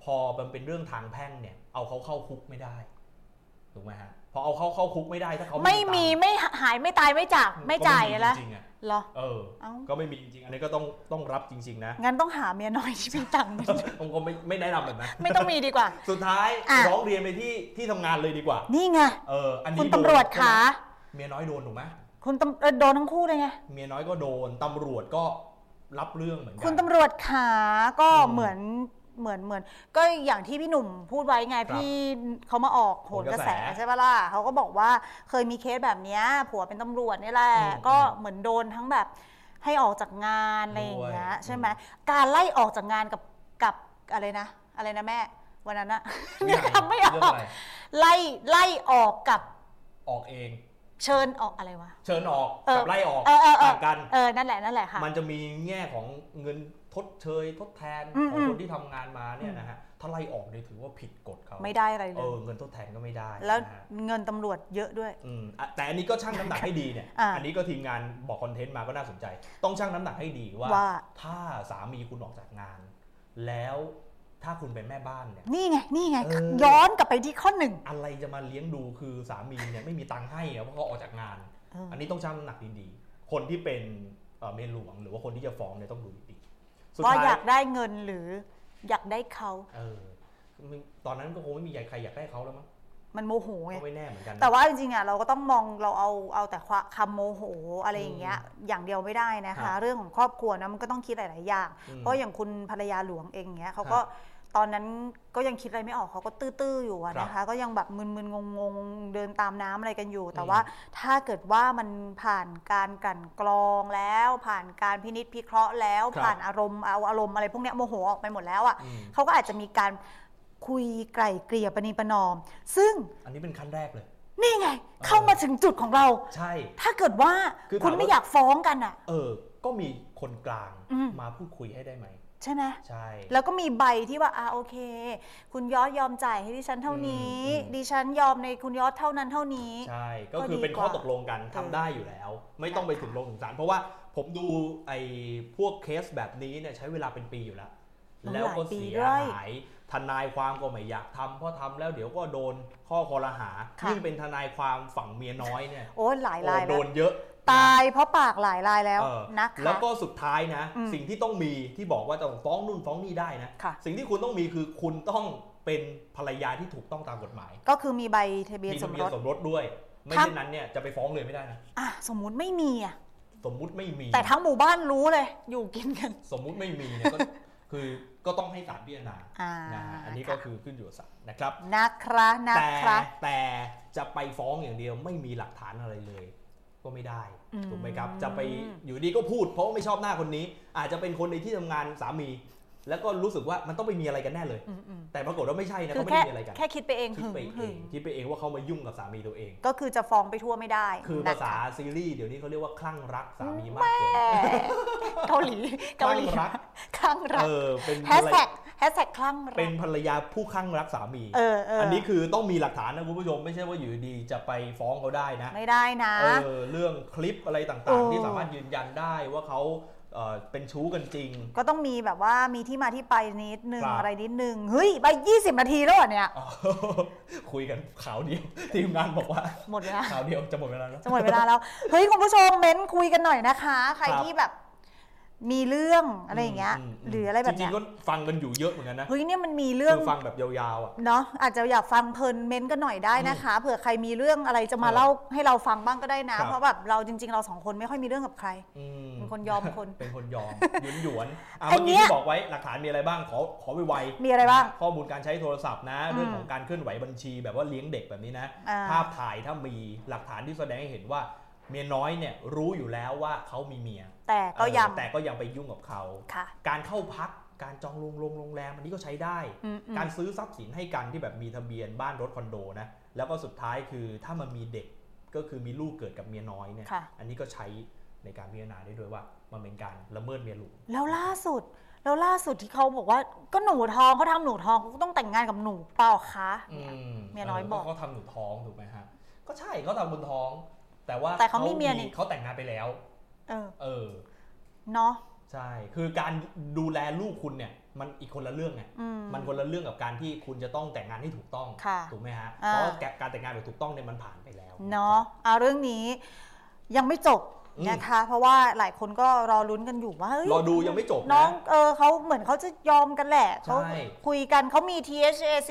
พอมันเป็นเรื่องทางแพ่งเนี่ยเอาเขาเข้าคุกไม่ได้ถูกไหมฮะพอเอาเขาเข้าคุกไม่ได้ถ้าเขาไม่มีไม่หายไม่ตายไม่จากไม่จ่ายแล้วเหรอก็ไม่มีจริงๆอันนี้ก็ต้องรับจริงๆนะงั้นต้องหาเมียน้อยที่มีตังค์ผมก็ไม่แนะนำแบบนั้นไม่ต้องมีดีกว่าสุดท้ายร้องเรียนไปที่ทำงานเลยดีกว่านี่ไงอันนี้คุณตำรวจขาเมียน้อยโดนถูกไหมคุณโดนทั้งคู่เลยไงเมียน้อยก็โดนตำรวจก็รับเรื่องเหมือนกันคุณตำรวจขาก็เหมือนก็อย่างที่พี่หนุ่มพูดไว้ไงพี่เขามาออกโหนกระแสใช่ปะล่ะเขาก็บอกว่าเคยมีเคสแบบนี้ผัวเป็นตำรวจนี่แหละก็เหมือนโดนทั้งแบบให้ออกจากงานอะไรอย่างเงี้ยใช่ไหมการไล่ออกจากงานกับอะไรนะแม่วันนั้นนะทำไม่ออกไล่ออกกับออกเองเชิญออกอะไรวะเชิญออกกับไล่ออกต่างกันนั่นแหละค่ะมันจะมีแง่ของเงินทดเชยทดแทนของคนที่ทำงานมาเนี่ยนะฮะถ้าไล่ออกเนี่ยถือว่าผิดกฎเขาไม่ได้อะไรเลยเงินทดแทนก็ไม่ได้แล้วเงินตำรวจเยอะด้วยแต่อันนี้ก็ชั่งน้ำหนักให้ดีเนี่ยอันนี้ก็ทีมงานบอกคอนเทนต์มาก็น่าสนใจต้องชั่งน้ำหนักให้ดีว่าถ้าสามีคุณออกจากงานแล้วถ้าคุณเป็นแม่บ้านเนี่ยนี่ไงย้อนกลับไปที่ข้อหนึ่งอะไรจะมาเลี้ยงดูคือสามีเนี่ยไม่มีตังค์ให้เพราะเขาออกจากงานอันนี้ต้องชั่งน้ำหนักดีๆคนที่เป็นเมียหลวงหรือว่าคนที่จะฟ้องเนี่ยต้องดูดีว่าอยากได้เงินหรืออยากได้เขาตอนนั้นก็คงไม่มีใครอยากได้เขาแล้วมั้งมันโมโหไงไม่แน่เหมือนกันแต่ว่าจริงๆเราก็ต้องมองเราเอาแต่คำโมโหอะไรอย่างเงี้ยอย่างเดียวไม่ได้นะคะเรื่องของครอบครัวนะมันก็ต้องคิดหลายๆอย่างเพราะอย่างคุณภรรยาหลวงเองเงี้ยเขาก็ตอนนั้นก็ยังคิดอะไรไม่ออกเขาก็ตื้อๆอยู่นะคะก็ยังแบบมึนๆงงๆเดินตามน้ำอะไรกันอยู่แต่ว่าถ้าเกิดว่ามันผ่านการกลั่นกรองแล้วผ่านการพินิจพิเคราะห์แล้วผ่านอารมณ์อะไรพวกเนี้ยโมโหออกไปหมดแล้วอ่ะเขาก็อาจจะมีการคุยไกล่เกลี่ยประนีประนอมซึ่งอันนี้เป็นขั้นแรกเลยนี่ไงเข้ามาถึงจุดของเราใช่ถ้าเกิดว่าคุณไม่อยากฟ้องกันอ่ะก็มีคนกลางมาพูดคุยให้ได้ไหมใช่ไหมใช่แล้วก็มีใบที่ว่าโอเคคุณยอดยอมจ่ายให้ดิฉันเท่านี้ดิฉันยอมในคุณยอดเท่านั้นเท่านี้ใช่ก็คือเป็นข้อตกลงกันทำได้อยู่แล้วไม่ต้องไปถึงลงถึงศาลเพราะว่าผมดูไอ้พวกเคสแบบนี้เนี่ยใช้เวลาเป็นปีอยู่แล้วแล้วก็เสียหายทนายความก็ไม่อยากทำเพราะทำแล้วเดี๋ยวก็โดนข้อคอรหายิ่งเป็นทนายความฝั่งเมียน้อยเนี่ยโอ้หลายรายโดนเยอะตายเพราะปากหลายรายแล้วนะคะแล้วก็สุดท้ายนะสิ่งที่ต้องมีที่บอกว่าจะฟ้องนู่นฟ้องนี่ได้นะสิ่งที่คุณต้องมีคือคุณต้องเป็นภรรยาที่ถูกต้องตามกฎหมายก็คือมีใบทะเบียนสมรสด้วยไม่เช่นนั้นเนี่ยจะไปฟ้องเลยไม่ได้นะสมมุติไม่มีสมมุติไม่มีแต่ทั้งหมู่บ้านรู้เลยอยู่กินกันสมมุติไม่มีเนี่ยก็คือก็ต้องให้ศาลพิจารณาอันนี้ก็คือขึ้นอยู่กับศาลนะครับแต่จะไปฟ้องอย่างเดียวไม่มีหลักฐานอะไรเลยก็ไม่ได้ถูกไหมครับจะไปอยู่ดีก็พูดเพราะไม่ชอบหน้าคนนี้อาจจะเป็นคนในที่ทำงานสามีแล้วก็รู้สึกว่ามันต้องไปมีอะไรกันแน่เลยแต่ปรากฏว่าไม่ใช่นะเขาไม่ได้มีอะไรกันแค่คิดไปเองคิดไปเองว่าเขามายุ่งกับสามีตัวเองก็คือจะฟ้องไปทั่วไม่ได้คือภาษาซีรีส์เดี๋ยวนี้เขาเรียกว่าคลั่งรักสามีมากเกินเกาหลีคลั่งรักเป็นแฮชแท็กคลั่งรักเป็นภรรยาผู้คลั่งรักสามีอันนี้คือต้องมีหลักฐานนะคุณผู้ชมไม่ใช่ว่าอยู่ดีจะไปฟ้องเขาได้นะไม่ได้นะเรื่องคลิปอะไรต่างๆที่สามารถยืนยันได้ว่าเขาเป็นชู้กันจริงก็ต้องมีแบบว่ามีที่มาที่ไปนิดนึงอะไรนิดนึงเฮ้ยไป20 นาทีแล้วเนี่ยคุยกันข่าวเดียวทีมงานบอกว่าหมดเวลาข่าวเดียวจะหมดเวลาแล้วเฮ้ยคุณผู้ชมเม้นคุยกันหน่อยนะคะใครที่แบบมีเรื่องอะไรอย่างเงี้ยหรืออะไรแบบนี้จริงๆก็ฟังกันอยู่เยอะเหมือนกันนะเฮ้ยเนี่ยมันมีเรื่องฟังแบบยาวๆเนาะอาจจะอยากฟังเพลินเม้นกันหน่อยได้นะคะเผื่อใครมีเรื่องอะไรจะมาเล่าให้เราฟังบ้างก็ได้นะเพราะแบบเราจริงๆเรา2คนไม่ค่อยมีเรื่องกับใครเป็นคนยอมคนเป็นคนยอมหยวนเมื่อกี้ที่บอกไว้หลักฐานมีอะไรบ้างขอไวๆมีอะไรบ้างข้อมูลการใช้โทรศัพท์นะเรื่องของการเคลื่อนไหวบัญชีแบบว่าเลี้ยงเด็กแบบนี้นะภาพถ่ายถ้ามีหลักฐานที่แสดงให้เห็นว่าเมียน้อยเนี่ยรู้อยู่แล้วว่าเขามีเมียแต่ก็ยังไปยุ่งกับเขาการเข้าพักการจองโรงแรมอันนี้ก็ใช้ได้การซื้อทรัพย์สินให้กันที่แบบมีทะเบียนบ้านรถคอนโดนะแล้วก็สุดท้ายคือถ้ามันมีเด็กก็คือมีลูกเกิดกับเมียน้อยเนี่ยอันนี้ก็ใช้ในการพิจารณาได้ด้วยว่ามันเป็นการละเมิดเมียหลวงแล้วล่าสุดที่เขาบอกว่าก็หนูท้องเขาทำหนูท้องก็ต้องแต่งงานกับหนูเปล่าคะเมียน้อยบอกเขาทำหนูท้องถูกไหมฮะก็ใช่เขาทำบนท้องแต่ว่าเขามีเมียนี่เขาแต่งงานไปแล้วเนาะใช่คือการดูแลลูกคุณเนี่ยมันอีกคนละเรื่องไงมันคนละเรื่องกับการที่คุณจะต้องแต่งงานให้ถูกต้องถูกไหมฮะเพราะการแต่งงานแบบถูกต้องเนี่ยมันผ่านไปแล้วเนาะเรื่องนี้ยังไม่จบนะคะเพราะว่าหลายคนก็รอลุ้นกันอยู่ว่ารอดูยังไม่จบนะน้องเขาเหมือนเขาจะยอมกันแหละเขาคุยกันเขามี THAC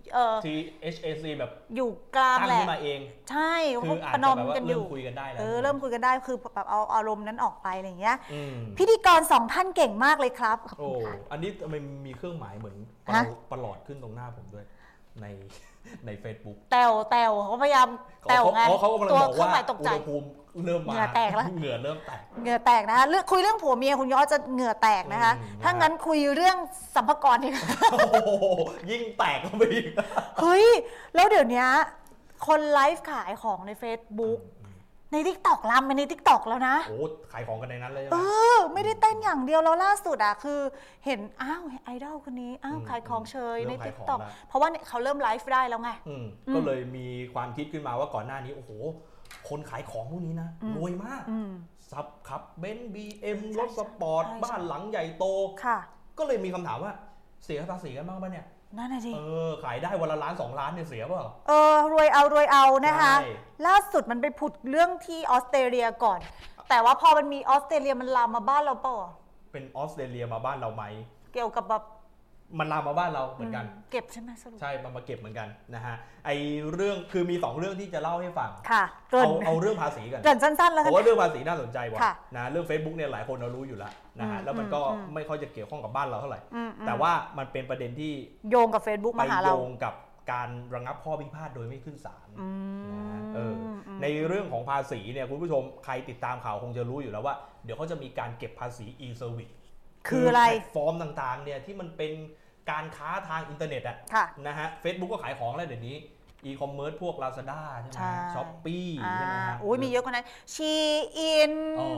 THAC แบบอยู่กลางแหละตั้งขึ้นมาเองใช่เขาประนอมกันอยู่เริ่มคุยกันได้แล้วเริ่มคุยกันได้คือแบบเอาอารมณ์นั้นออกไปอะไรอย่างเงี้ยพิธีกร2ท่านเก่งมากเลยครับโอ้อันนี้มันมีเครื่องหมายเหมือนประหลอดขึ้นตรงหน้าผมด้วยใน Facebook แต้วเขาพยายามแต้วไงตัวเครื่องหมายตกใจเริ่มมาเหงื่อแตกแล้วเหงื่อเริ่มแตกนะคะคุยเรื่องผัวเมียคุณยอดจะเหงื่อแตกนะคะถ้างั้นคุยเรื่องสัมภากระดีกว่ายิ่งแตกเข้าไปอีกเฮ้ยแล้วเดี๋ยวนี้คนไลฟ์ขายของใน Facebook ใน TikTok ลามไปใน TikTok แล้วนะโอ้ขายของกันในนั้นเลยไม่ได้เต้นอย่างเดียวแล้วล่าสุดคือเห็นไอดอลคนนี้ขายของเชยใน TikTok เพราะว่าเขาเริ่มไลฟ์ได้แล้วไงก็เลยมีความคิดขึ้นมาว่าก่อนหน้านี้โอ้โหคนขายของพวกนี้นะรวยมากซับขับเบนซ์ BM รถสปอร์ตบ้านหลังใหญ่โตก็เลยมีคำถามว่าเสียภาษีกันบ้างป่ะเนี่ยนั่นน่ะสิขายได้วันละ1-2 ล้านเนี่ยเสียเปล่ารวยเอานะคะล่าสุดมันไปผุดเรื่องที่ออสเตรเลียก่อนแต่ว่าพอมันมีออสเตรเลียมันลามมาบ้านเราเปล่าเป็นออสเตรเลียมาบ้านเราไหมเกี่ยวกับแบบมันลามมาบ้านเราเหมือนกันเก็บใช่ไหมสรุปใช่มันมาเก็บเหมือนกันนะฮะไอเรื่องคือมี2เรื่องที่จะเล่าให้ฟังค่ะเอาเรื่องภาษีกันเกินสั้นๆแล้วเพราะว่าเรื่องภาษีน่าสนใจว่ะนะเรื่อง Facebook เนี่ยหลายคนเรารู้อยู่แล้วนะฮะแล้วมันก็ไม่ค่อยจะเกี่ยวข้องกับบ้านเราเท่าไหร่แต่ว่ามันเป็นประเด็นที่โยงกับ Facebook มาหาเราโยงกับการระงับข้อพิพาทโดยไม่ขึ้นศาลในเรื่องของภาษีเนี่ยคุณผู้ชมใครติดตามข่าวคงจะรู้อยู่แล้วว่าเดี๋ยวเขาจะมีการเก็บภาษี e-service คืออะไรแพลตฟอร์มต่างๆเนี่ยที่มันเป็นการค้าทางอินเทอร์เน็ตนะฮะ Facebook ก็ขายของแล้วเดี๋ยวนี้อีคอมเมิร์ซพวก Lazada ใช่ไหม Shopee ใช่ไหมฮะมีเยอะกว่านั้น Shein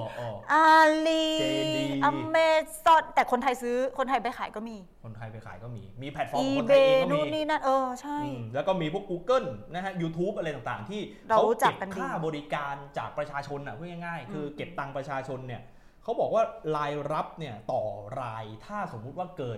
Ali Amazon แต่คนไทยไปขายก็มีมีแพลตฟอร์มของคนไทยเองก็มีนู่นนี่นั่นใช่แล้วก็มีพวก Google นะฮะ YouTube อะไรต่างๆที่เขาเก็บค่าบริการจากประชาชนพูดง่ายๆคือเก็บตังค์ประชาชนเนี่ยเขาบอกว่ารายรับเนี่ยต่อรายถ้าสมมุติว่าเกิน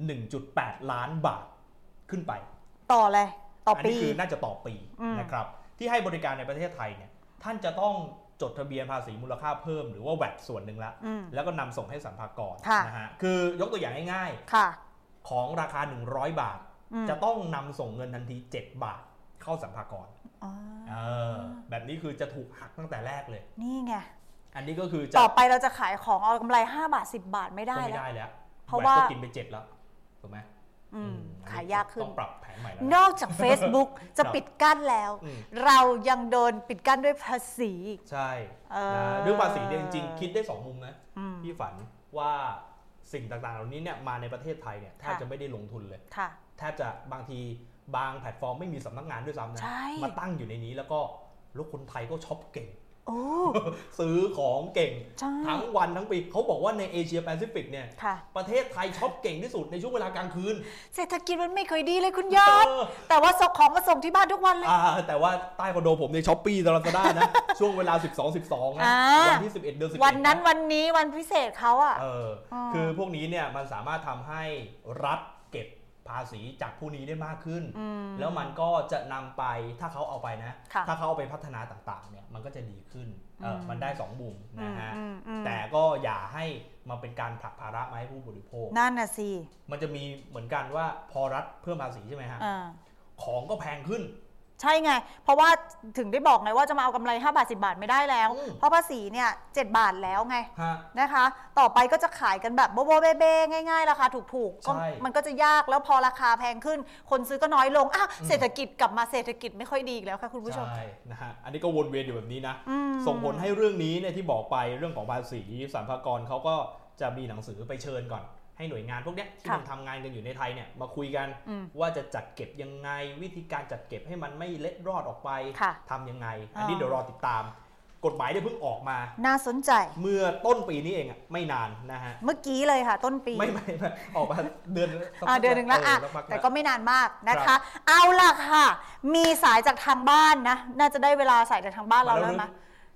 1.8 ล้านบาทขึ้นไปต่อเลยต่อปีอันนี้คือน่าจะต่อปีนะครับที่ให้บริการในประเทศไทยเนี่ยท่านจะต้องจดทะเบียนภาษีมูลค่าเพิ่มหรือว่า VAT ส่วนหนึ่งแล้วก็นำส่งให้สรรพากรนะฮะคือยกตัวอย่างง่ายๆของราคา100 บาทจะต้องนำส่งเงินทันที7 บาทเข้าสรรพากรแบบนี้คือจะถูกหักตั้งแต่แรกเลยนี่ไงอันนี้ก็คือต่อไปเราจะขายของเอากำไร5 บาท 10 บาทไม่ได้แล้วเพราะว่าก็กินไป7แล้วถูกไหมขายยากขึ้นต้องปรับแผนใหม่แล้วนอกจาก Facebook จะปิดกั้นแล้วเรายังโดนปิดกั้นด้วยภาษีใช่เรื่องภาษีเนี่ยจริงๆคิดได้2 มุมนะพี่ฝันว่าสิ่งต่างๆเหล่านี้เนี่ยมาในประเทศไทยเนี่ยแทบจะไม่ได้ลงทุนเลยแทบจะบางทีบางแพลตฟอร์มไม่มีสำนักงานด้วยซ้ำนะมาตั้งอยู่ในนี้แล้วก็ลูกคนไทยก็ช็อปเก่งซื้อของเก่งทั้งวันทั้งปีเขาบอกว่าในเอเชียแปซิฟิกเนี่ยประเทศไทยช็อปเก่งที่สุดในช่วงเวลากลางคืนเศรษฐกิจมันไม่เคยดีเลยคุณยอดแต่ว่าส่งของมาส่งที่บ้านทุกวันเลยแต่ว่าใต้คอนโดผมในช้อปปี้ตลาดได้นะช่วงเวลา 12 นะวันที่11 เดือน11 วันนั้นวันนี้วันพิเศษเขาคือพวกนี้เนี่ยมันสามารถทำให้รัฐเก็บภาษีจากผู้นี้ได้มากขึ้นแล้วมันก็จะนำไปถ้าเขาเอาไปนะถ้าเขาเอาไปพัฒนาต่างๆเนี่ยมันก็จะดีขึ้นมันได้2 มุมนะฮะแต่ก็อย่าให้มันเป็นการผลักภาระมาให้ผู้บริโภคนั่นน่ะสิมันจะมีเหมือนกันว่าพอรัฐเพิ่มภาษีใช่ไหมฮะของก็แพงขึ้นใช่ไงเพราะว่าถึงได้บอกไงว่าจะมาเอากำไร5 บาท 10 บาทไม่ได้แล้วเพราะภาษีเนี่ย7 บาทแล้วไงนะคะต่อไปก็จะขายกันแบบโบเบ้ง่ายๆราคาถูกๆก็มันก็จะยากแล้วพอราคาแพงขึ้นคนซื้อก็น้อยลงเศรษฐกิจกลับมาเศรษฐกิจไม่ค่อยดีแล้วค่ะคุณผู้ชมใช่นะฮะอันนี้ก็วนเวียนอยู่แบบนี้นะส่งผลให้เรื่องนี้เนี่ยที่บอกไปเรื่องของภาษีสรรพากรเขาก็จะมีหนังสือไปเชิญก่อนให้หน่วยงานพวกนี้ที่มันทำงานกันอยู่ในไทยเนี่ยมาคุยกันว่าจะจัดเก็บยังไงวิธีการจัดเก็บให้มันไม่เล็ดรอดออกไปทำยังไงอันนี้เดี๋ยวรอติดตามกฎหมายได้เพิ่งออกมาน่าสนใจเมื่อต้นปีนี้เองไม่นานนะฮะเมื่อกี้เลยค่ะต้นปีไม่ออกมาเดือนนึงแล้วแต่ก็ไม่นานมากนะคะเอาล่ะค่ะมีสายจากทางบ้านนะน่าจะได้เวลาสายจากทางบ้านเราแล้วนะ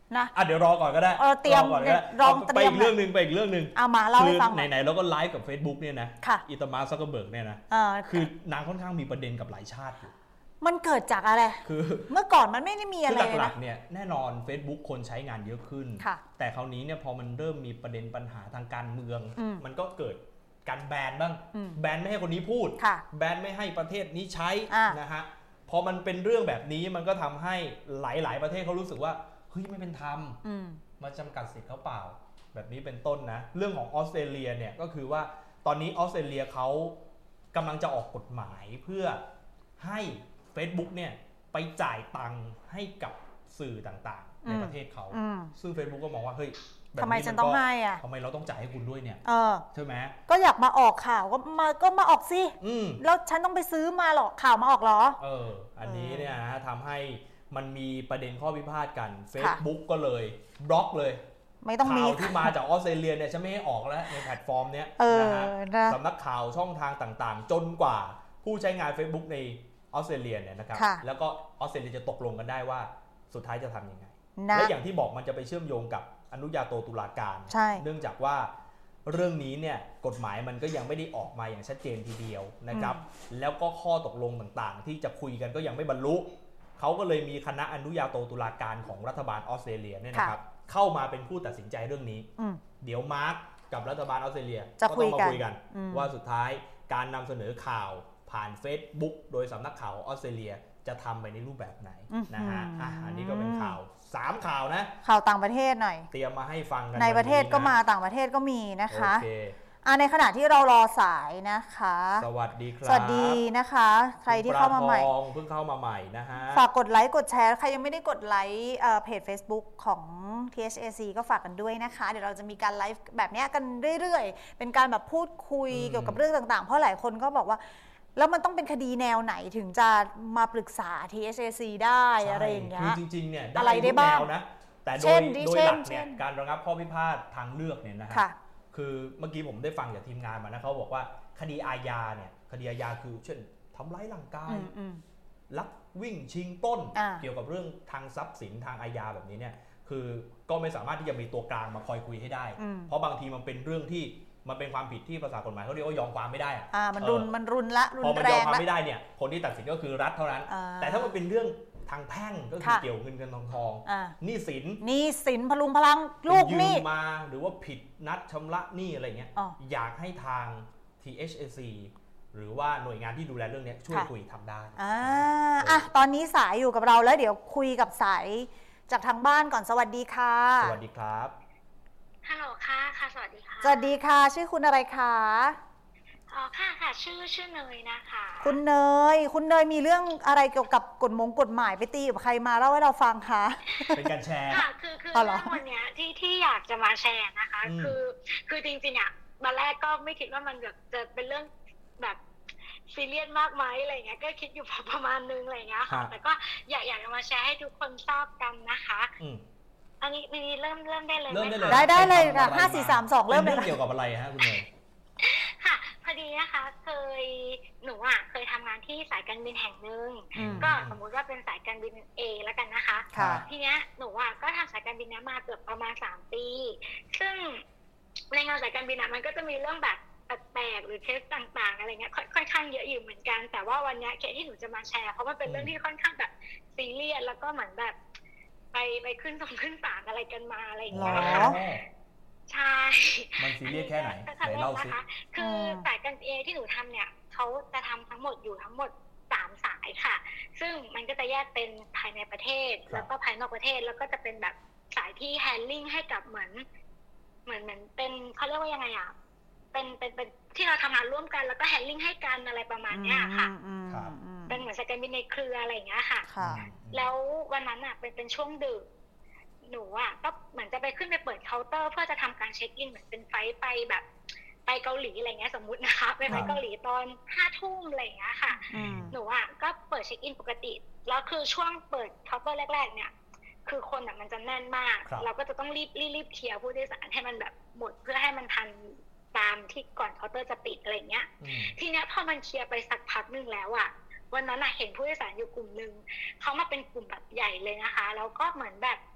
นะเดี๋ยวรอก่อนก็ได้เตรียมรอไปอีกเรื่องนึงเอามาเล่าให้ฟังไหนๆเราก็ไลฟ์กับ Facebook เนี่ยนะอีตามาซักเคอร์เบิร์กเนี่ยนะคือนางค่อนข้างมีประเด็นกับหลายชาติอยู่มันเกิดจากอะไรคือเมื่อก่อนมันไม่ได้มีอะไรหลักๆเนี่ยแน่นอน Facebook คนใช้งานเยอะขึ้นแต่คราวนี้เนี่ยพอมันเริ่มมีประเด็นปัญหาทางการเมืองมันก็เกิดการแบนบ้างแบนไม่ให้คนนี้พูดแบนไม่ให้ประเทศนี้ใช้นะฮะพอมันเป็นเรื่องแบบนี้มันก็ทำให้หลายๆประเทศเขารู้สึกว่าเฮ้ยไม่เป็นธรรมมาจำกัดสิทธิ์เขาเปล่าแบบนี้เป็นต้นนะเรื่องของออสเตรเลียเนี่ยก็คือว่าตอนนี้ออสเตรเลียเขากำลังจะออกกฎหมายเพื่อให้ Facebook เนี่ยไปจ่ายตังค์ให้กับสื่อต่างๆในประเทศเขาซึ่ง Facebook ก็มองว่าเฮ้ยทำไมฉันต้องให้อ่ะทำไมเราต้องจ่ายให้คุณด้วยเนี่ยใช่ไหมก็อยากมาออกข่าวก็มาออกสิแล้วฉันต้องไปซื้อมาหรอข่าวมาออกหรออันนี้เนี่ยนะทำให้มันมีประเด็นข้อพิพาทกัน Facebook ก็เลยบล็อกเลยไม่ต้องมีข่าวที่มาจากออสเตรเลียเนี่ยฉันไม่ให้ออกแล้วในแพลตฟอร์มเนี้ยนะฮะสำนักข่าวช่องทางต่างๆจนกว่าผู้ใช้งาน Facebook ในออสเตรเลียเนี่ยนะครับแล้วก็ออสเตรเลียจะตกลงกันได้ว่าสุดท้ายจะทำยังไงและอย่างที่บอกมันจะไปเชื่อมโยงกับอนุญาโตตุลาการเนื่องจากว่าเรื่องนี้เนี่ยกฎหมายมันก็ยังไม่ได้ออกมาอย่างชัดเจนทีเดียวนะครับแล้วก็ข้อตกลงต่างๆที่จะคุยกันก็ยังไม่บรรลุเขาก็เลยมีคณะอนุญาโตตุลาการของรัฐบาลออสเตรเลียเนี่ยนะครับเข้ามาเป็นผู้ตัดสินใจเรื่องนี้เดี๋ยวมาร์กกับรัฐบาลออสเตรเลียก็ต้องมาคุยกันว่าสุดท้ายการนำเสนอข่าวผ่าน Facebook โดยสำนักข่าวออสเตรเลียจะทำไปในรูปแบบไหนนะฮะอันนี้ก็เป็นข่าว3ข่าวนะข่าวต่างประเทศหน่อยเตรียมมาให้ฟังกันในประเทศก็มาต่างประเทศก็มีนะคะในขณะที่เรารอสายนะคะสวัสดีครับสวัสดีนะคะใครที่เข้ามาใหม่เพิ่งเข้ามาใหม่นะฮะฝากกดไลค์กดแชร์ใครยังไม่ได้กดไลค์เพจ Facebook ของ THAC ก็ฝากกันด้วยนะคะเดี๋ยวเราจะมีการไลฟ์แบบนี้กันเรื่อยๆเป็นการแบบพูดคุยเกี่ยวกับเรื่องต่างๆเพราะหลายคนก็บอกว่าแล้วมันต้องเป็นคดีแนวไหนถึงจะมาปรึกษา THAC ได้อะไรอย่างเงี้ยคือจริงๆเนี่ยอะไรได้บ้างนะแต่โดยหลักเนี่ยการระงับข้อพิพาททางเลือกเนี่ยนะฮะคือเมื่อกี้ผมได้ฟังจากทีมงานมานะเขาบอกว่าคดีอาญาเนี่ยคดีอาญาคือเช่นทำร้ายร่างกายลักวิ่งชิงปล้นเกี่ยวกับเรื่องทางทรัพย์สินทางอาญาแบบนี้เนี่ยคือก็ไม่สามารถที่จะมีตัวกลางมาคอยคุยให้ได้เพราะบางทีมันเป็นเรื่องที่มันเป็นความผิดที่ภาษากฎหมายเขาเรียกว่ายอมความไม่ได้มันรุนละรุนแรงพอมันยอมความไม่ได้เนี่ยคนที่ตัดสินก็คือรัฐเท่านั้นแต่ถ้ามันเป็นเรื่องทางแพ่งก็คือเกี่ยวเงินทองหนี้สินพลุงพลังลูกหนี้มาหรือว่าผิดนัดชำระหนี้อะไรเงี้ยอยากให้ทาง THAC หรือว่าหน่วยงานที่ดูแลเรื่องนี้ช่วยคุยทำได้ตอนนี้สายอยู่กับเราแล้วเดี๋ยวคุยกับสายจากทางบ้านก่อนสวัสดีค่ะสวัสดีครับฮัลโหลค่ะสวัสดีค่ะสวัสดีค่ะชื่อคุณอะไรคะค่ะชื่อเนยนะคะคุณเนยมีเรื่องอะไรเกี่ยวกับกฎหมายไปตีกับใครมาเล่าให้เราฟังคะเป็นการแชร์ค่ะคือเรื่องวันนี้ที่อยากจะมาแชร์นะคะคือจริงๆอ่ะตอนแรกก็ไม่คิดว่ามันแบบจะเป็นเรื่องแบบซีเรียสมากไหมอะไรเงี้ยก็คิดอยู่ประมาณนึงอะไรเงี้ยค่ะแต่ก็อยากจะมาแชร์ให้ทุกคนทราบกันนะคะอันนี้เริ่มได้เลยได้เลยค่ะ5 4 3 2เริ่มเลยเกี่ยวกับอะไรฮะคุณเนยค่ะพอดีนะคะหนูเคยทำงานที่สายการบินแห่งหนึ่งก็สมมุติว่าเป็นสายการบิน A แล้วกันนะคะทีเนี้ยหนูก็ทำสายการบินนี้มาเกือบประมาณ3 ปีซึ่งในงานสายการบินมันก็จะมีเรื่องแบบแปลกๆหรือเคสต่างๆอะไรเงี้ยค่อนข้างเยอะอยู่เหมือนกันแต่ว่าวันนี้เคสที่หนูจะมาแชร์เพราะมันเป็นเรื่องที่ค่อนข้างแบบซีเรียสแล้วก็เหมือนแบบไปขึ้นศาลอะไรกันมาอะไรอย่างเงี้ยใช่มันซีเรียสแค่ไหนเล่าสิคือสายการบินที่หนูทำเนี่ยเขาจะทำทั้งหมด3 สายค่ะซึ่งมันก็จะแยกเป็นภายในประเทศแล้วก็ภายนอกประเทศแล้วก็จะเป็นแบบสายที่แฮนดิ้งให้กับเหมือนเป็นเขาเรียกว่ายังไงเป็นที่เราทำงานร่วมกันแล้วก็แฮนดิ้งให้กันอะไรประมาณนี้ค่ะเป็นเหมือนสายการบินในเครืออะไรอย่างเงี้ยค่ะแล้ววันนั้นเป็นช่วงดึกหนูก็เหมือนจะไปขึ้นไปเปิดเคาน์เตอร์เพื่อจะทำการเช็คอินเหมือนเป็นไฟล์ไปแบบไปเกาหลีอะไรเงี้ยสมมุตินะคะไปเกาหลีตอน5 ทุ่มอะไรอย่างเงี้ยค่ะหนูก็เปิดเช็คอินปกติแล้วคือช่วงเปิดเคาน์เตอร์แรกๆเนี่ยคือคนมันจะแน่นมากเราก็จะต้องรีบเคลียร์ผู้โดยสารให้มันแบบหมดเพื่อให้มันทันตามที่ก่อนเคาน์เตอร์จะปิดอะไรเงี้ยทีเนี้ยพอมันเคลียร์ไปสักพักนึงแล้ววันนั้นเห็นผู้โดยสารอยู่กลุ่มนึงเขามาเป็นกลุ่มแบบใหญ่เลยนะคะแล้วก็เหมือนแบบ